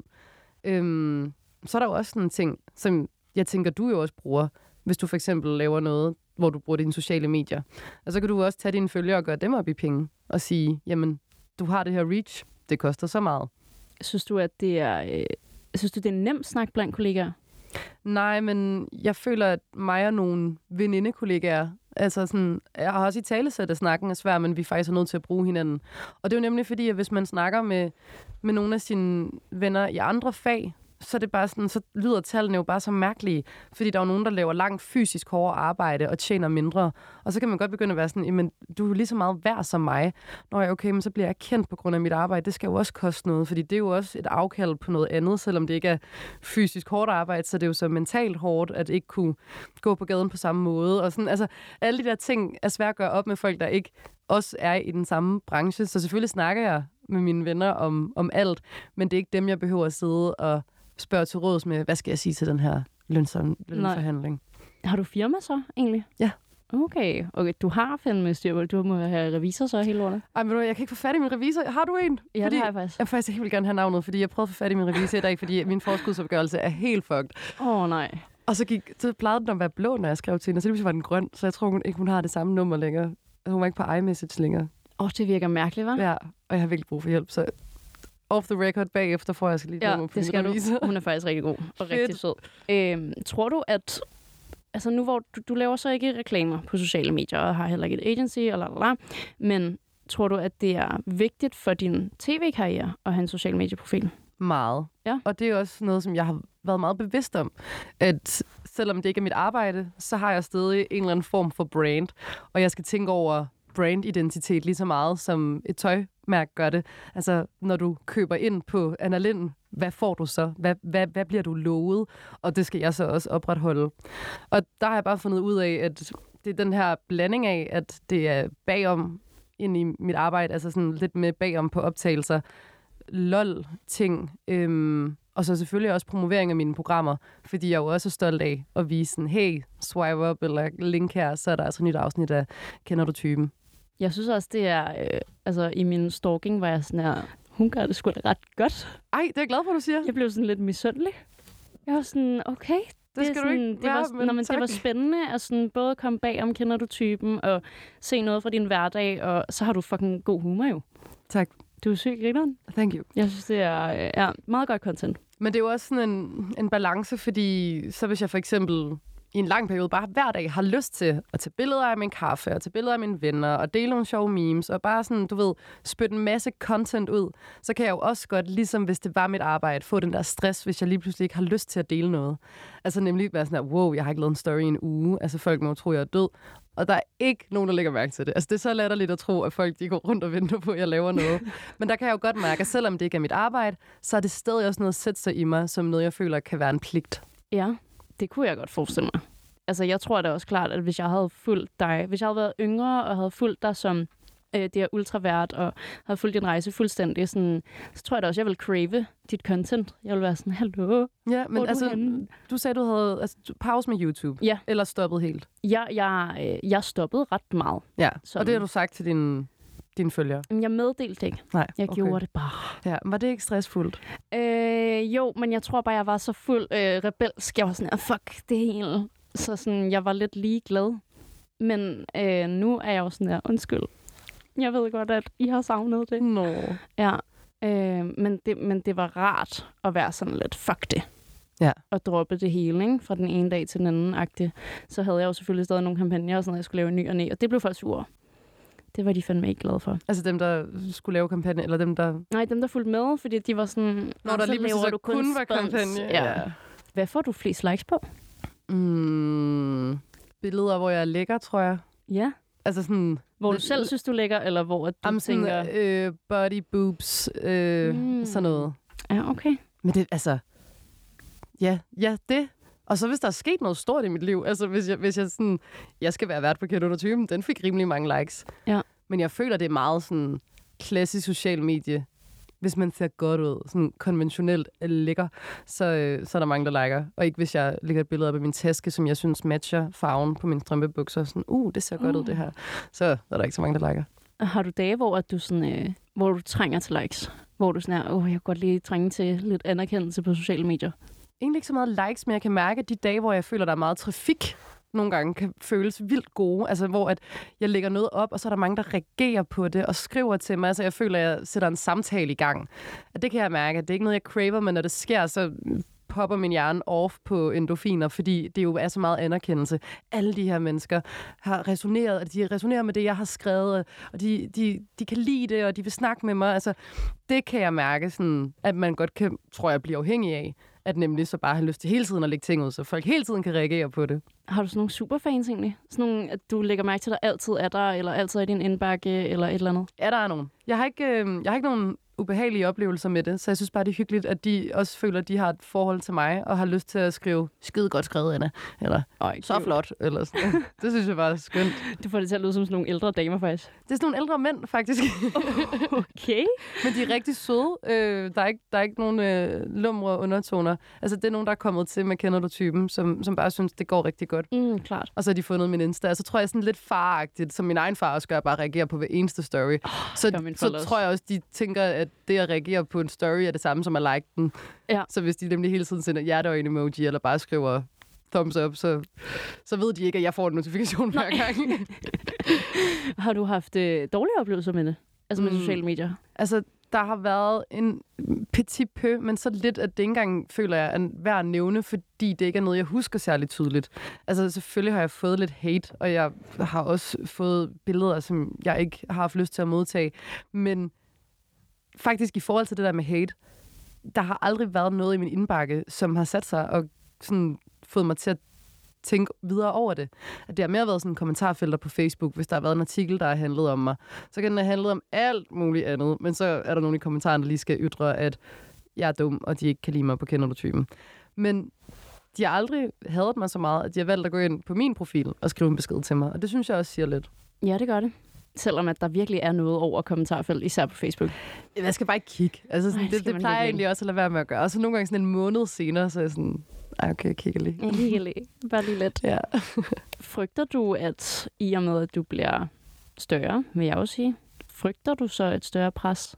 Så er der jo også sådan en ting, som jeg tænker, du jo også bruger, hvis du for eksempel laver noget, hvor du bruger dine sociale medier. Og så kan du også tage dine følgere og gøre dem op i penge og sige, jamen, du har det her reach, det koster så meget. Synes du, at det er, det er en nem snak blandt kollegaer? Nej, men jeg føler, at mig og nogle venindekollegaer, altså sådan, jeg har også i talesæt, at snakken er svær, men vi faktisk er nødt til at bruge hinanden. Og det er jo nemlig fordi, at hvis man snakker med nogle af sine venner i andre fag, så er det bare sådan, så lyder tallene jo bare så mærkelige, fordi der er jo nogen, der laver langt fysisk hårdere arbejde og tjener mindre. Og så kan man godt begynde at være sådan, men du er lige så meget værd som mig. Nå ja, okay, men så bliver jeg kendt på grund af mit arbejde. Det skal jo også koste noget, fordi det er jo også et afkald på noget andet, selvom det ikke er fysisk hårdt arbejde, så det er jo så mentalt hårdt, at ikke kunne gå på gaden på samme måde. Og sådan, altså, alle de der ting er svært at gøre op med folk, der ikke også er i den samme branche. Så selvfølgelig snakker jeg med mine venner om alt, men det er ikke dem, jeg behøver at sidde og spørge til råds med, hvad skal jeg sige til den her lønforhandling. Har du firma så, egentlig? Ja. Okay, du har fandme styr. Du må have revisor så hele året. Ej, men jeg kan ikke få fat i min revisor. Har du en? Ja, det har jeg faktisk. Jeg faktisk helt vil gerne have navnet, fordi jeg prøvede at få fat i min revisor i dag, fordi min forskudsopgørelse er helt fucked. Nej. Og så plejede den at være blå, når jeg skrev til hende, og så var den grøn, så jeg tror ikke, hun har det samme nummer længere. Hun var ikke på iMessage længere. Det virker mærkeligt, hva'? Ja, og jeg har virkelig brug for hjælp, så off the record bagefter, får jeg skal lige nummer på det skal revisor. Du. Hun er faktisk rigtig god og rigtig sød. Tror du, at altså nu hvor du laver så ikke reklamer på sociale medier, og har heller ikke et agency, men tror du, at det er vigtigt for din tv-karriere at have en social medieprofil? Meget. Ja. Og det er også noget, som jeg har været meget bevidst om, at selvom det ikke er mit arbejde, så har jeg stadig en eller anden form for brand, og jeg skal tænke over brandidentitet lige så meget, som et tøjmærke gør det. Altså, når du køber ind på Anna Lind, hvad får du så? Hvad bliver du lovet? Og det skal jeg så også opretholde. Og der har jeg bare fundet ud af, at det er den her blanding af, at det er bagom ind i mit arbejde, altså sådan lidt med bagom på optagelser, lol-ting, og så selvfølgelig også promovering af mine programmer, fordi jeg jo også er stolt af at vise sådan, hey, swipe up eller link her, så er der altså et nyt afsnit af Kender du typen? Jeg synes også, det er, altså i min stalking var jeg sådan her, hun gør det sgu da ret godt. Ej, det er jeg glad for, du siger. Jeg blev sådan lidt misundelig. Jeg var sådan, okay. Det skal sådan, du ikke det var, men det var spændende at sådan både komme bag om Kender du typen og se noget fra din hverdag, og så har du fucking god humor jo. Tak. Du er syg, grineren. Thank you. Jeg synes, det er meget godt content. Men det er jo også sådan en balance, fordi så hvis jeg for eksempel i en lang periode bare hver dag har lyst til at tage billeder af min kaffe, og tage billeder af mine venner, og dele nogle sjove memes, og bare sådan, du ved, spytte en masse content ud, så kan jeg jo også godt, ligesom hvis det var mit arbejde, få den der stress, hvis jeg lige pludselig ikke har lyst til at dele noget. Altså nemlig være sådan, wow, jeg har ikke lavet en story i en uge, altså folk må tro, jeg er død. Og der er ikke nogen, der lægger mærke til det. Altså, det er så latterligt at tro, at folk de går rundt og venter på, at jeg laver noget. Men der kan jeg jo godt mærke, at selvom det ikke er mit arbejde, så er det stadig også noget at sætte sig i mig, som noget, jeg føler kan være en pligt. Ja, det kunne jeg godt forestille mig. Altså, jeg tror da også klart, at hvis jeg havde fulgt dig, hvis jeg havde været yngre og havde fulgt dig som det er ultravært, og havde fulgt din rejse fuldstændig, sådan, så tror jeg da også, jeg vil crave dit content. Jeg vil være sådan, hallo, ja, men altså, du sagde, du havde pause med YouTube, ja. Eller stoppet helt? Jeg stoppede ret meget. Ja, og det har du sagt til dine følgere? Jeg meddelte ikke. Nej, jeg gjorde det bare. Ja, var det ikke stressfuldt? Jo, men jeg tror bare, jeg var så fuld rebelsk. Jeg var sådan, fuck det hele. Så sådan, jeg var lidt ligeglad. Men nu er jeg jo sådan der, undskyld. Jeg ved godt, at I har savnet det. Nå. Ja, men det var rart at være sådan lidt, fuck det. Ja. Og droppe det hele, ikke? Fra den ene dag til den anden-agtigt. Så havde jeg jo selvfølgelig stadig nogle kampagner, og sådan, jeg skulle lave en ny og næ, og det blev folk sure. Det var de fandme ikke glade for. Altså dem, der skulle lave kampagne, eller dem, der... Nej, dem, der fulgte med, fordi de var sådan... Når der lige pludselig så kun var kampagne. Ja. Hvad får du flest likes på? Billeder, hvor jeg er lækker, tror jeg. Ja. Altså sådan... Hvor du selv synes, du er lækker, eller hvor at du tænker... Sådan, body boobs, sådan noget. Ja, okay. Men det, altså... Ja, det... Og så hvis der er sket noget stort i mit liv, altså hvis jeg sådan... Jeg skal være vært på Kender du typen, den fik rimelig mange likes. Ja. Men jeg føler, det er meget sådan klassisk social medie. Hvis man ser godt ud, sådan konventionelt lækker, så er der mange, der liker. Og ikke hvis jeg lægger et billede op af min taske, som jeg synes matcher farven på mine strømpebukser. Sådan, det ser godt ud, det her. Så er der ikke så mange, der liker. Har du dage, hvor du sådan, hvor du trænger til likes? Hvor du sådan jeg kan godt lige trænge til lidt anerkendelse på sociale medier? Egentlig ikke så meget likes, men jeg kan mærke, at de dage, hvor jeg føler, der er meget trafik, nogle gange kan føles vildt gode. Altså, hvor at jeg lægger noget op, og så er der mange, der reagerer på det og skriver til mig. Altså, jeg føler, at jeg sætter en samtale i gang. Og det kan jeg mærke. Det er ikke noget, jeg craver, men når det sker, så popper min hjerne off på endorfiner, fordi det jo er så meget anerkendelse. Alle de her mennesker har resoneret, og de resonerer med det, jeg har skrevet, og de kan lide det, og de vil snakke med mig. Altså, det kan jeg mærke, sådan, at man godt kan, tror jeg, blive afhængig af, at nemlig så bare har lyst til hele tiden at lægge ting ud, så folk hele tiden kan reagere på det. Har du sådan nogle superfans egentlig? Sådan nogle, at du lægger mærke til, at der altid er der, eller altid er i din indbakke, eller et eller andet? Ja, der er nogen. Jeg har ikke nogen ubehagelige oplevelser med det, så jeg synes bare, det er hyggeligt, at de også føler, at de har et forhold til mig, og har lyst til at skrive, skide godt skrevet, Anna, eller så flot, eller sådan. Det synes jeg bare er skønt. Du får det til at lyde som sådan nogle ældre damer, faktisk. Det er sådan nogle ældre mænd, faktisk. Okay. Men de er rigtig søde. Der er ikke nogen lumre undertoner. Altså, det er nogen, der er kommet til med Kender du typen, som bare synes, det går rigtig godt. Klart. Og så har de fundet min Insta. Og så tror jeg sådan lidt faragtigt, som min egen far også gør, bare reagere på hver eneste story. Så tror jeg også, de tænker, at det at reagere på en story er det samme som at like den. Ja. Så hvis de nemlig hele tiden sender hjerteøjne-emoji, eller bare skriver thumbs up, så ved de ikke, at jeg får en notifikation hver gang. Har du haft dårlige oplevelser med det? Altså med sociale medier? Altså, der har været en petit peu, men så lidt, at det ikke engang føler jeg er værd at nævne, fordi det ikke er noget, jeg husker særligt tydeligt. Altså, selvfølgelig har jeg fået lidt hate, og jeg har også fået billeder, som jeg ikke har haft lyst til at modtage. Men faktisk i forhold til det der med hate, der har aldrig været noget i min indbakke, som har sat sig og sådan fået mig til at tænke videre over det. At det har mere været sådan kommentarfelter på Facebook, hvis der har været en artikel, der har handlet om mig. Så kan den have handlet om alt muligt andet, men så er der nogen i kommentarerne, der lige skal ytre, at jeg er dum, og de ikke kan lide mig på Kender du typen. Men de har aldrig hadet mig så meget, at de har valgt at gå ind på min profil og skrive en besked til mig, og det synes jeg også siger lidt. Ja, det gør det. Selvom at der virkelig er noget over kommentarfelt, især på Facebook. Jeg skal bare ikke kigge. Altså, sådan, det plejer jeg egentlig også at lade være med at gøre. Og så nogle gange sådan en måned senere, så er jeg sådan, okay, jeg kigger lige. Jeg kigger lige. Bare lige lidt. Ja. Frygter du, at i og med, at du bliver større, vil jeg også sige, frygter du så et større pres?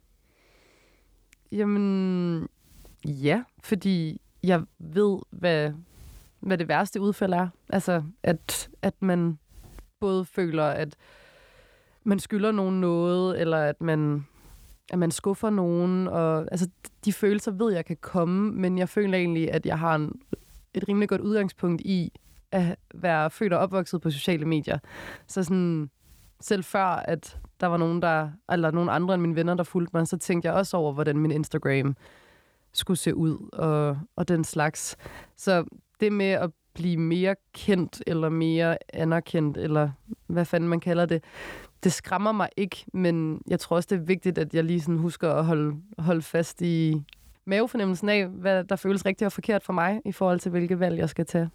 Jamen, ja, fordi jeg ved, hvad det værste udfald er. Altså, at man både føler, at man skylder nogen noget, eller at man skuffer nogen. Og, altså, de følelser ved jeg kan komme, men jeg føler egentlig, at jeg har et rimelig godt udgangspunkt i at være født og opvokset på sociale medier. Så sådan, selv før, at der var nogen andre end mine venner, der fulgte mig, så tænkte jeg også over, hvordan min Instagram skulle se ud, og den slags. Så det med at blive mere kendt, eller mere anerkendt, eller hvad fanden man kalder det, det skræmmer mig ikke, men jeg tror også, det er vigtigt, at jeg lige sådan husker at holde fast i mavefornemmelsen af, hvad der føles rigtigt og forkert for mig, i forhold til, hvilke valg jeg skal tage.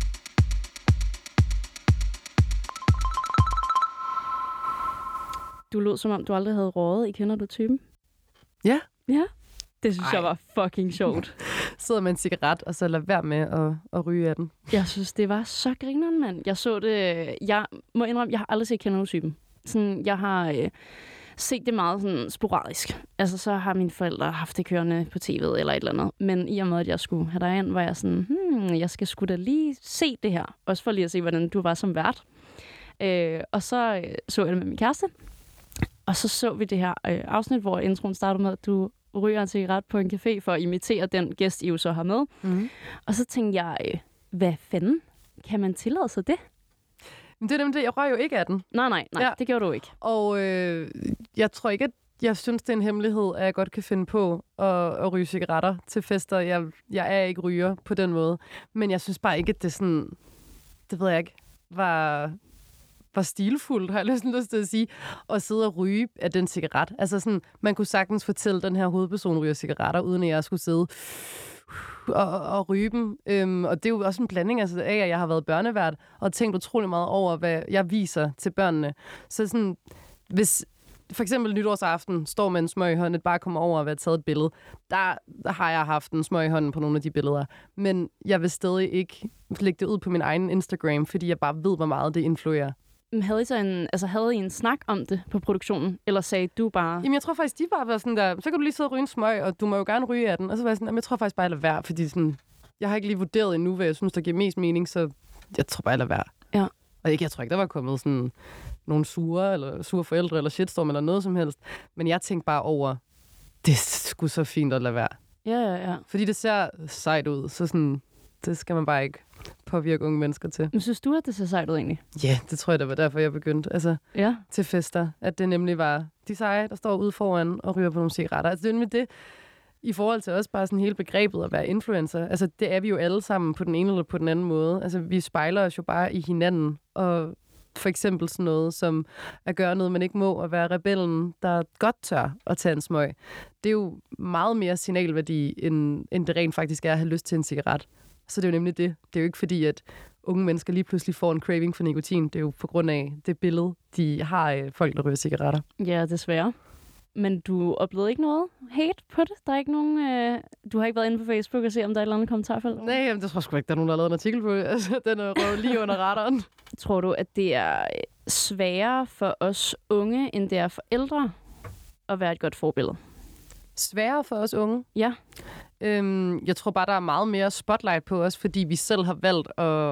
Du lød, som om du aldrig havde røget i Kender du typen? Ja. Ja. Det synes jeg var fucking sjovt. Sidder med en cigaret, og så lader være med at ryge af den. Jeg synes, det var så grineren, mand. Jeg så det... Jeg må indrømme, jeg har aldrig set Kender du typen. Sådan, jeg har set det meget sådan sporadisk. Altså, så har mine forældre haft det kørende på tv'et eller et eller andet. Men i og med, at jeg skulle have dig ind, var jeg sådan, jeg skal sgu da lige se det her. Også for lige at se, hvordan du var som vært. Og så jeg det med min kæreste. Og så vi det her afsnit, hvor introen startede med, at du ryger en cigaret på en café for at imitere den gæst, I jo så har med. Mm-hmm. Og så tænkte jeg, hvad fanden? Kan man tillade sig det? Men det er det, jeg røg jo ikke af den. Nej, ja. Det gjorde du ikke. Og jeg tror ikke, at jeg synes, det er en hemmelighed, at jeg godt kan finde på at ryge cigaretter til fester. Jeg er ikke ryger på den måde. Men jeg synes bare ikke, at det sådan, det ved jeg ikke, var stilfuldt, har jeg lyst til at sige, at sidde og ryge af den cigaret. Altså sådan, man kunne sagtens fortælle, at den her hovedperson ryger cigaretter, uden at jeg skulle sidde og ryge dem. Og det er jo også en blanding af, at jeg har været børnevært og tænkt utrolig meget over, hvad jeg viser til børnene. Så sådan, hvis for eksempel nytårsaften står med en smøg i hånden, bare kommer over og være taget et billede, der har jeg haft en smøg i hånden på nogle af de billeder. Men jeg vil stadig ikke lægge det ud på min egen Instagram, fordi jeg bare ved, hvor meget det influerer. Havde I en snak om det på produktionen? Eller sagde du bare... Jamen, jeg tror faktisk, de bare var sådan der, så kan du lige sidde og ryge en smøg, og du må jo gerne ryge af den. Og så var jeg sådan, jeg tror faktisk bare, jeg lader være, fordi sådan, jeg har ikke lige vurderet endnu, hvad jeg synes, der giver mest mening, så jeg tror bare, jeg lader være. Og jeg tror ikke, der var kommet sådan nogle sure forældre eller shitstorm eller noget som helst. Men jeg tænkte bare over, det er sgu så fint at lade være. Ja. Fordi det ser sejt ud, så sådan, det skal man bare ikke påvirke unge mennesker til. Men synes du, at det ser sejt ud egentlig? Ja, det tror jeg, det var derfor, jeg begyndte til fester. At det nemlig var de seje, der står ude foran og ryger på nogle cigaretter. Altså det er nemlig det, i forhold til også bare sådan hele begrebet at være influencer. Altså det er vi jo alle sammen på den ene eller på den anden måde. Altså vi spejler os jo bare i hinanden. Og for eksempel sådan noget som at gøre noget, man ikke må, og være rebellen, der godt tør at tage en smøg. Det er jo meget mere signalværdi, end det rent faktisk er at have lyst til en cigaret. Så det er jo nemlig det. Det er jo ikke fordi, at unge mennesker lige pludselig får en craving for nikotin. Det er jo på grund af det billede, de har af folk, der ryger cigaretter. Ja, desværre. Men du oplevede ikke noget hate på det? Der er ikke nogen... Du har ikke været inde på Facebook og se, om der er et eller andet kommentarfelt? Nej, jamen, det tror jeg sgu ikke, der er nogen, der har lavet en artikel på det. Altså, den er røvet lige under radaren. Tror du, at det er sværere for os unge, end det er for ældre at være et godt forbillede? Sværere for os unge? Ja. Jeg tror bare, der er meget mere spotlight på os, fordi vi selv har valgt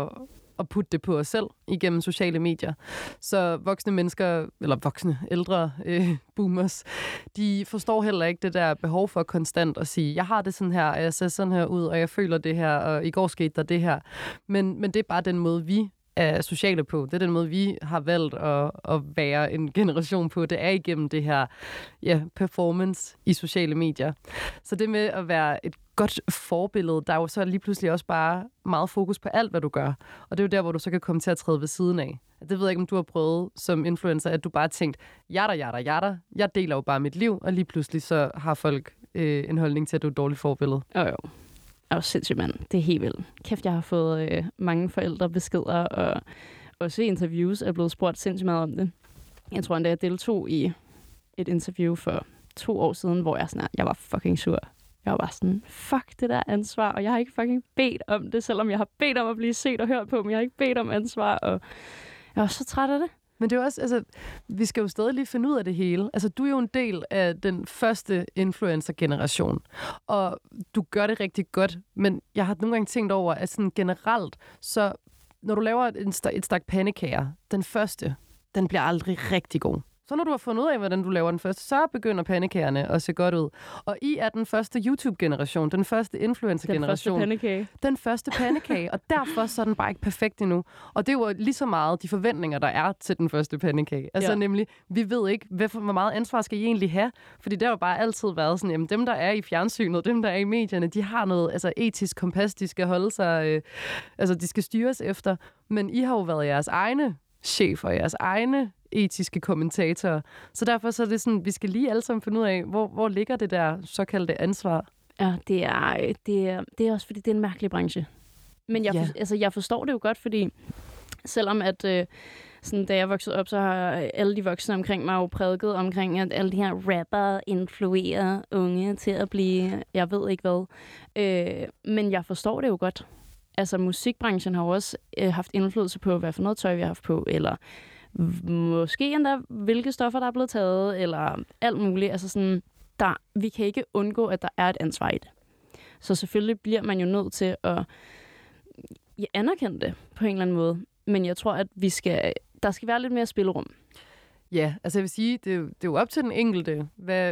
at putte det på os selv igennem sociale medier. Så voksne mennesker, eller ældre boomers, de forstår heller ikke det der behov for konstant at sige, jeg har det sådan her, og jeg ser sådan her ud, og jeg føler det her, og i går skete der det her. Men det er bare den måde, vi er sociale på. Det er den måde, vi har valgt at være en generation på. Det er igennem det her performance i sociale medier. Så det med at være et godt forbillede, der er jo så lige pludselig også bare meget fokus på alt, hvad du gør. Og det er jo der, hvor du så kan komme til at træde ved siden af. Det ved jeg ikke, om du har prøvet som influencer, at du bare har tænkt, jada, jeg deler jo bare mit liv, og lige pludselig så har folk en holdning til, at du er et dårligt forbillede. Jo. Sindssygt, mand. Det er helt vildt. Kæft, jeg har fået mange forældrebeskeder, og også i interviews er blevet spurgt sindssygt meget om det. Jeg tror endda, jeg deltog i et interview for 2 år siden, hvor jeg var fucking sur. Jeg var bare sådan, fuck det der ansvar, og jeg har ikke fucking bedt om det, selvom jeg har bedt om at blive set og hørt på, men jeg har ikke bedt om ansvar, og jeg var så træt af det. Men det er jo også, altså, vi skal jo stadig lige finde ud af det hele. Altså, du er jo en del af den første influencer-generation, og du gør det rigtig godt, men jeg har nogle gange tænkt over, at sådan generelt, så når du laver et stak pandekager, den første, den bliver aldrig rigtig god. Så når du har fundet ud af, hvordan du laver den første, så begynder pandekagerne at se godt ud. Og I er den første YouTube-generation, den første influencer-generation. Den første pandekage. Og derfor så er den bare ikke perfekt endnu. Og det er jo lige så meget de forventninger, der er til den første pandekage. Altså nemlig, vi ved ikke, hvor meget ansvar skal I egentlig have? Fordi det har jo bare altid været sådan, jamen dem, der er i fjernsynet, dem, der er i medierne, de har noget etisk kompas, de skal holde sig, de skal styres efter. Men I har jo været jeres egne chefer, jeres egne etiske kommentatorer. Så derfor så er det sådan, vi skal lige alle sammen finde ud af, hvor ligger det der såkaldte ansvar? Ja, det er også, fordi det er en mærkelig branche. Men jeg forstår det jo godt, fordi selvom at sådan, da jeg voksede op, så har alle de voksne omkring mig jo prædiket omkring, at alle de her rapper influerer unge til at blive, jeg ved ikke hvad. Men jeg forstår det jo godt. Altså musikbranchen har jo også haft indflydelse på, hvad for noget tøj vi har haft på, eller måske endda, hvilke stoffer, der er blevet taget, eller alt muligt. Altså sådan, vi kan ikke undgå, at der er et ansvar i det. Så selvfølgelig bliver man jo nødt til at anerkende det på en eller anden måde. Men jeg tror, at der skal være lidt mere spillerum. Ja, altså jeg vil sige, det er jo op til den enkelte,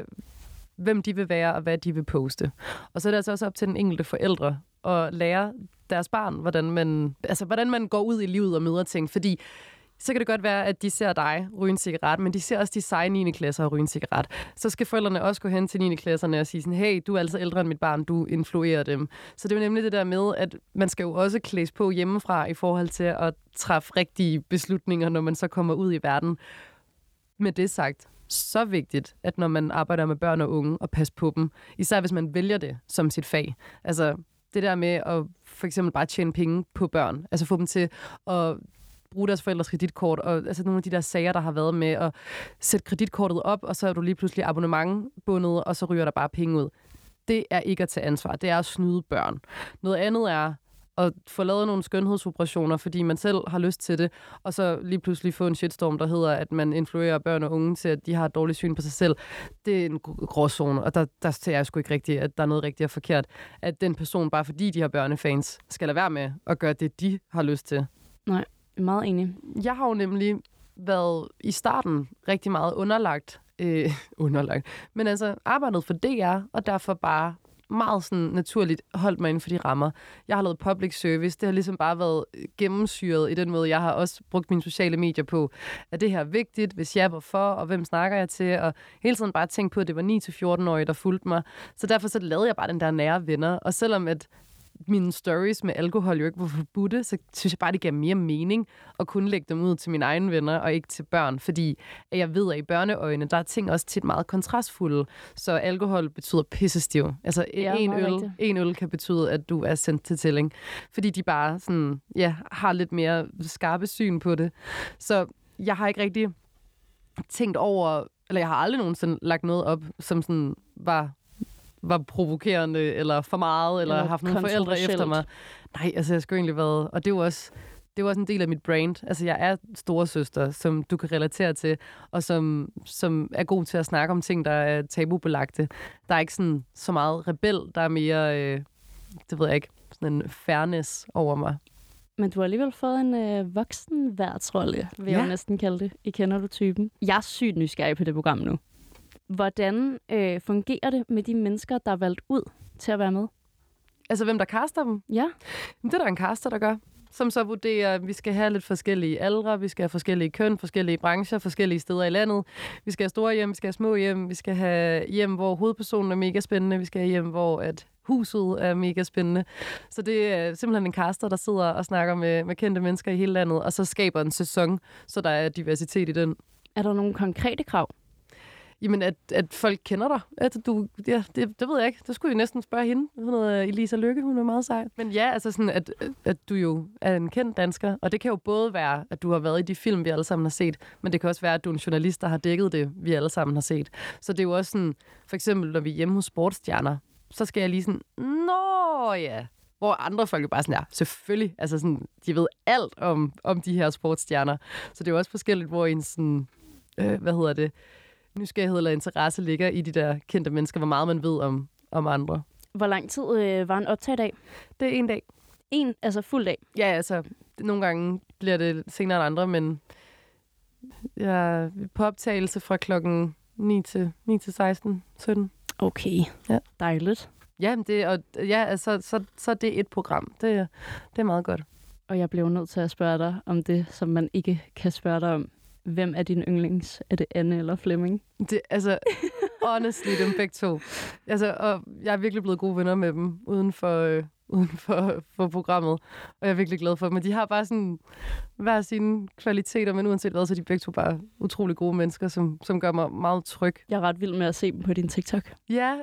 hvem de vil være, og hvad de vil poste. Og så er det altså også op til den enkelte forældre at lære deres barn, hvordan man går ud i livet og møder ting. Fordi så kan det godt være, at de ser dig ryge en cigaret, men de ser også de seje 9. klasser ryge en cigaret. Så skal forældrene også gå hen til 9. klasserne og sige sådan, hey, du er altså ældre end mit barn, du influerer dem. Så det er jo nemlig det der med, at man skal jo også klædes på hjemmefra i forhold til at træffe rigtige beslutninger, når man så kommer ud i verden. Med det sagt, så vigtigt, at når man arbejder med børn og unge, og passe på dem, især hvis man vælger det som sit fag. Altså det der med at for eksempel bare tjene penge på børn, altså få dem til at bruge deres forældres kreditkort, og altså nogle af de der sager, der har været med at sætte kreditkortet op, og så er du lige pludselig abonnementbundet, og så ryger der bare penge ud. Det er ikke at tage ansvar. Det er at snyde børn. Noget andet er at få lavet nogle skønhedsoperationer, fordi man selv har lyst til det, og så lige pludselig få en shitstorm, der hedder, at man influerer børn og unge til, at de har et dårligt syn på sig selv. Det er en gråzone, og der ser jeg sgu ikke rigtigt, at der er noget rigtigt og forkert. At den person, bare fordi de har børnefans, skal lade være med at gøre det, de har lyst til. Nej. Meget enig. Jeg har jo nemlig været i starten rigtig meget underlagt, men altså arbejdet for DR, og derfor bare meget sådan naturligt holdt mig inden for de rammer. Jeg har lavet public service. Det har ligesom bare været gennemsyret i den måde, jeg har også brugt mine sociale medier på. Er det her vigtigt? Hvis ja, hvorfor? Og hvem snakker jeg til? Og hele tiden bare tænkt på, at det var 9-14-årige, der fulgte mig. Så derfor så lavede jeg bare den der nære venner. Og selvom at mine stories med alkohol jo ikke var forbudte, så synes jeg bare, det gav mere mening at kunne lægge dem ud til mine egne venner og ikke til børn, fordi jeg ved, at i børneøjne, der er ting også tit meget kontrastfulde, så alkohol betyder pissestiv. Altså en øl kan betyde, at du er sendt til tælling, fordi de bare sådan, har lidt mere skarpe syn på det. Så jeg har ikke rigtig tænkt over, eller jeg har aldrig nogensinde lagt noget op, som sådan var provokerende, eller for meget, eller haft nogle forældre efter mig. Nej, altså jeg skulle egentlig været... Og det er jo også en del af mit brand. Altså jeg er storesøster, som du kan relatere til, og som er god til at snakke om ting, der er tabubelagte. Der er ikke sådan så meget rebel, der er mere, det ved jeg ikke, sådan en fairness over mig. Men du har alligevel fået en voksen værtsrolle, vil jeg næsten kalde det. I kender du typen. Jeg er sygt nysgerrig på det program nu. Hvordan fungerer det med de mennesker, der er valgt ud til at være med? Altså, hvem der caster dem? Ja. Det er der en caster, der gør. Som så vurderer, at vi skal have lidt forskellige aldre, vi skal have forskellige køn, forskellige brancher, forskellige steder i landet. Vi skal have store hjem, vi skal have små hjem, vi skal have hjem, hvor hovedpersonen er mega spændende, vi skal have hjem, hvor at huset er mega spændende. Så det er simpelthen en caster, der sidder og snakker med kendte mennesker i hele landet, og så skaber en sæson, så der er diversitet i den. Er der nogle konkrete krav? Jamen, at folk kender dig. At du, det ved jeg ikke. Det skulle jeg næsten spørge hende. Hun hedder Elisa Lykke, hun er meget sej. Men ja, altså sådan, at du jo er en kendt dansker, og det kan jo både være, at du har været i de film, vi alle sammen har set, men det kan også være, at du er en journalist, der har dækket det, vi alle sammen har set. Så det er jo også sådan, for eksempel, når vi er hjemme hos sportsstjerner, så skal jeg lige sådan, nå ja, hvor andre folk jo bare sådan, selvfølgelig, altså sådan, de ved alt om de her sportsstjerner. Så det er jo også forskelligt, hvor en sådan, nysgerrighed eller interesse ligger i de der kendte mennesker, hvor meget man ved om andre. Hvor lang tid var en optagedag? Det er 1 dag. Altså fuld dag? Ja, altså, nogle gange bliver det senere end andre, men jeg er på optagelse fra klokken 9 til 16, 17. Okay, ja. Dejligt. Ja, så det er et program. Det er meget godt. Og jeg blev nødt til at spørge dig om det, som man ikke kan spørge dig om. Hvem er din yndlings? Er det Anne eller Flemming? Det, altså, honestly, dem begge to. Altså, og jeg er virkelig blevet gode venner med dem uden for programmet. Og jeg er virkelig glad for dem. Men de har bare sådan hver sine kvaliteter, men uanset hvad, så er de begge to bare utrolig gode mennesker, som gør mig meget tryg. Jeg er ret vild med at se dem på din TikTok. Ja.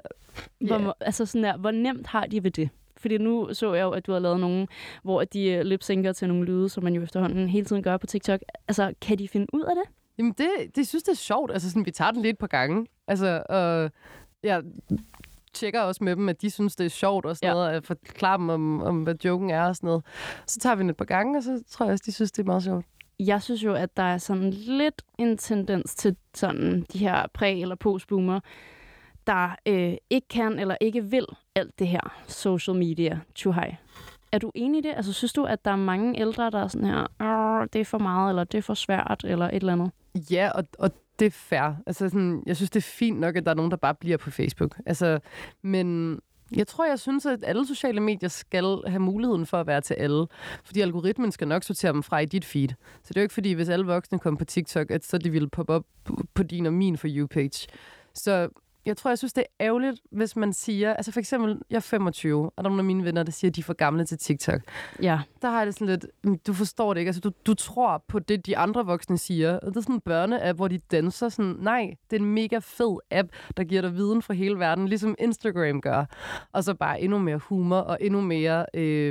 Hvor nemt har de ved det? Fordi nu så jeg jo, at du har lavet nogen, hvor de lip-synker til nogle lyde, som man jo efterhånden hele tiden gør på TikTok. Altså, kan de finde ud af det? Jamen, det synes det er sjovt. Altså, sådan, vi tager den lidt på gange. Altså, jeg tjekker også med dem, at de synes, det er sjovt og sådan noget. At forklare dem om, hvad joken er og sådan noget. Så tager vi den et par gange, og så tror jeg også, de synes, det er meget sjovt. Jeg synes jo, at der er sådan lidt en tendens til sådan de her præ- eller postboomer, der ikke kan eller ikke vil alt det her social media too high. Er du enig i det? Altså, synes du, at der er mange ældre, der er sådan her, det er for meget, eller det er for svært, eller et eller andet? Ja, og det er fair. Altså, sådan, jeg synes, det er fint nok, at der er nogen, der bare bliver på Facebook. Altså, men jeg synes, at alle sociale medier skal have muligheden for at være til alle. Fordi algoritmen skal nok sortere dem fra i dit feed. Så det er jo ikke fordi, hvis alle voksne kommer på TikTok, at så de ville poppe op på din og min For You-page. Så jeg synes, det er ærgerligt, hvis man siger... Altså for eksempel, jeg er 25, og der er nogle af mine venner, der siger, at de er for gamle til TikTok. Ja. Der har jeg det sådan lidt... Du forstår det ikke. Altså, du tror på det, de andre voksne siger. Og det er sådan en børne-app, hvor de danser sådan... Nej, det er en mega fed app, der giver dig viden fra hele verden, ligesom Instagram gør. Og så bare endnu mere humor og endnu mere...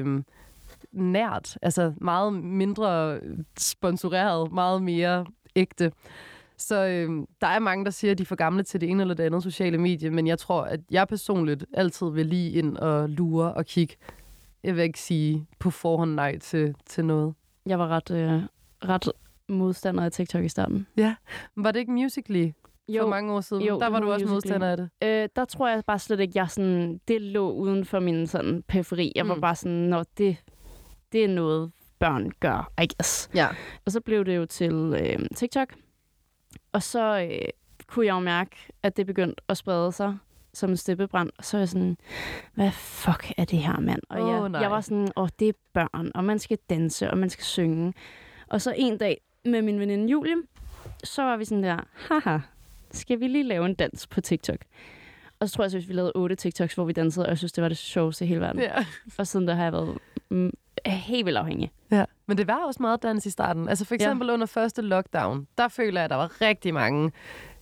nært. Altså meget mindre sponsoreret, meget mere ægte. Så der er mange, der siger, at de er for gamle til det ene eller det andet sociale medie, men jeg tror, at jeg personligt altid vil lige ind og lure og kigge. Jeg vil ikke sige på forhånd nej til noget. Jeg var ret modstander af TikTok i starten. Ja, men var det ikke Musical.ly for mange år siden? Jo, der var du også modstander af det. Der tror jeg bare slet ikke, det lå uden for min sådan periferi. Jeg var bare sådan, det er noget børn gør, I guess. Ja. Og så blev det jo til TikTok. Og så kunne jeg jo mærke, at det begyndte at sprede sig som en steppebrand. Og så er jeg sådan, hvad fuck er det her, mand? Og jeg var sådan, det er børn, og man skal danse, og man skal synge. Og så en dag med min veninde Julie, så var vi sådan der, haha, skal vi lige lave en dans på TikTok? Og så tror jeg, at vi lavede 8 TikToks, hvor vi dansede, og jeg synes, det var det sjoveste i hele verden. Ja. Og siden der har jeg været helt vildt afhængig. Ja, men det var også meget dans i starten. Altså for eksempel under første lockdown, der føler jeg, at der var rigtig mange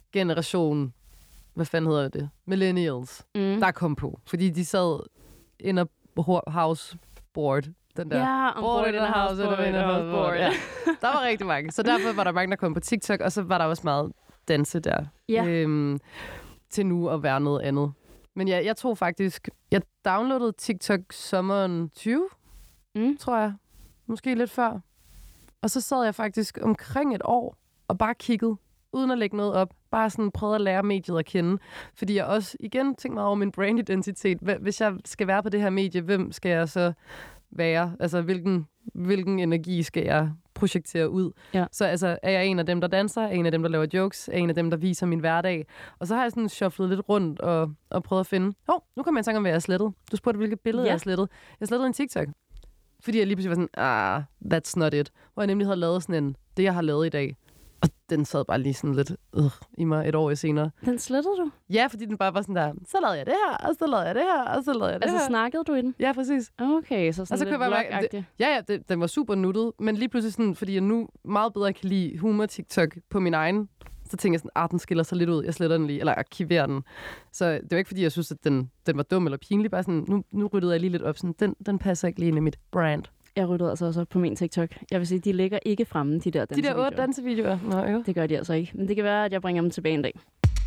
hvad fanden hedder det? Millennials, der kom på. Fordi de sad in a houseboard. Den der. Board in a houseboard. Ja. Der var rigtig mange. Så derfor var der mange, der kom på TikTok, og så var der også meget danse der. Ja. Til nu at være noget andet. Men ja, jeg tror faktisk, jeg downloadede TikTok sommeren 20, tror jeg. Måske lidt før. Og så sad jeg faktisk omkring et år og bare kiggede, uden at lægge noget op. Bare sådan prøvede at lære mediet at kende. Fordi jeg også, igen, tænkte meget over min brandidentitet. Hvis jeg skal være på det her medie, hvem skal jeg så være? Altså, hvilken energi skal jeg projektere ud? Ja. Så altså, er jeg en af dem, der danser? Er jeg en af dem, der laver jokes? Er jeg en af dem, der viser min hverdag? Og så har jeg sådan shufflet lidt rundt og prøvet at finde, nu kan man tænke om, hvad jeg har slettet. Du spurgte, hvilket billede jeg har slettet. Jeg slettede en TikTok. Fordi jeg lige pludselig var sådan, that's not it. Hvor jeg nemlig havde lavet sådan det jeg har lavet i dag. Og den sad bare lige sådan lidt i mig et år senere. Den slettede du? Ja, fordi den bare var sådan der, så lavede jeg det her, og så lavede jeg det her, og så lavede jeg det her. Altså snakkede du i den? Ja, præcis. Okay, så sådan lidt vlog-agtigt. Ja, den var super nuttet, men lige pludselig sådan, fordi jeg nu meget bedre kan lide humor-TikTok på min egen, så tænker jeg sådan, den skiller sig lidt ud, jeg sletter den lige, eller arkiverer den. Så det var ikke, fordi jeg synes, at den var dum eller pinlig, bare sådan, nu ryddede jeg lige lidt op, sådan, den passer ikke lige ind i mit brand. Jeg ryddede altså også på min TikTok. Jeg vil sige, de ligger ikke fremme, de der dansevideoer. De der 8 dansevideoer? Nå, jo. Det gør de altså ikke. Men det kan være, at jeg bringer dem tilbage en dag.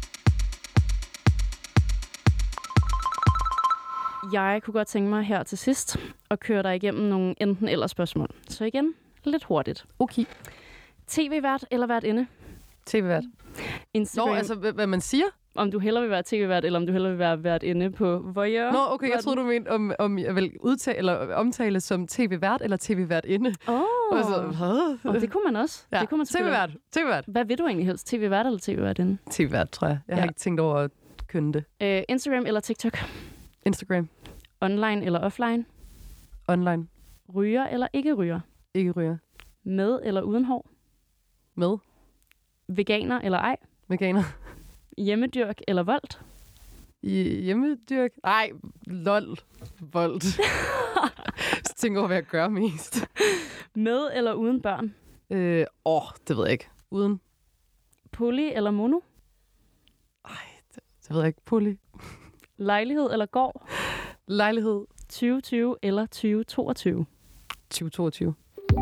Jeg kunne godt tænke mig her til sidst at køre dig igennem nogle enten-eller spørgsmål. Så igen, lidt hurtigt. Okay. TV-vært eller værtinde? TV-vært. Instagram. Nå, altså hvad man siger? Om du hellere vil være tv-vært, eller om du hellere vil være værtinde på Voyeur. Nå, okay, jeg troede, du mente, om jeg vil udtale eller omtale som tv-vært eller tv-værtinde. Det kunne man også. Ja. Det kunne man TV-vært. Hvad vil du egentlig helst? TV-vært eller tv-værtinde? TV-vært, tror jeg. Jeg har ikke tænkt over at kunne det. Instagram eller TikTok? Instagram. Online eller offline? Online. Ryger eller ikke ryger? Ikke ryger. Med eller uden hår? Med. Veganer eller ej? Veganer. Hjemmedyrk eller voldt? Hjemmedyrk? Nej, lol. Voldt. Så tænker over, hvad jeg gør mest. Med eller uden børn? Det ved jeg ikke. Uden. Poly eller mono? Det ved jeg ikke. Poly. Lejlighed eller gård? Lejlighed. 2020 eller 2022? 2022.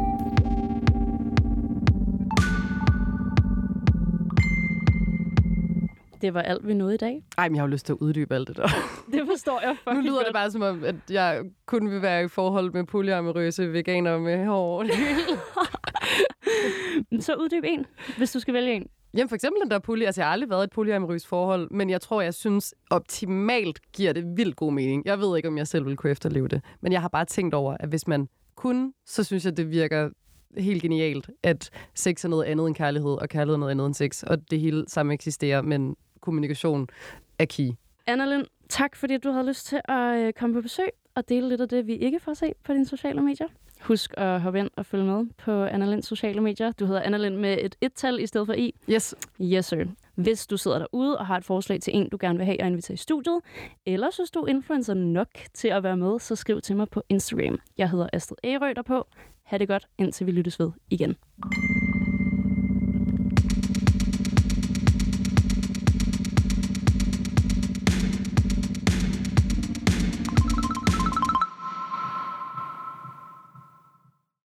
Det var alt, vi nåede i dag. Ej, men jeg har jo lyst til at uddybe alt det der. Det forstår jeg fucking Nu lyder godt. det bare som om, at jeg kun vil være i forhold med polyamorøse veganere med hår. Så uddyb en, hvis du skal vælge en. Jamen for eksempel den der poly. Altså jeg har aldrig været i et polyamorøst forhold, men jeg tror, jeg synes optimalt giver det vildt god mening. Jeg ved ikke, om jeg selv vil kunne efterleve det. Men jeg har bare tænkt over, at hvis man kunne, så synes jeg, det virker helt genialt, at sex er noget andet end kærlighed, og kærlighed er noget andet end sex, og det hele sammen eksisterer, men kommunikation er key. Anna-Lind, tak fordi du havde lyst til at komme på besøg og dele lidt af det, vi ikke får se på dine sociale medier. Husk at hoppe ind og følge med på Anna-Linds sociale medier. Du hedder Anna-Lind med et et-tal i stedet for i. Yes. Yes, sir. Hvis du sidder derude og har et forslag til en, du gerne vil have og invitere i studiet, eller synes du er influencer nok til at være med, så skriv til mig på Instagram. Jeg hedder Astrid Ærø derpå. Ha' det godt, indtil vi lyttes ved igen.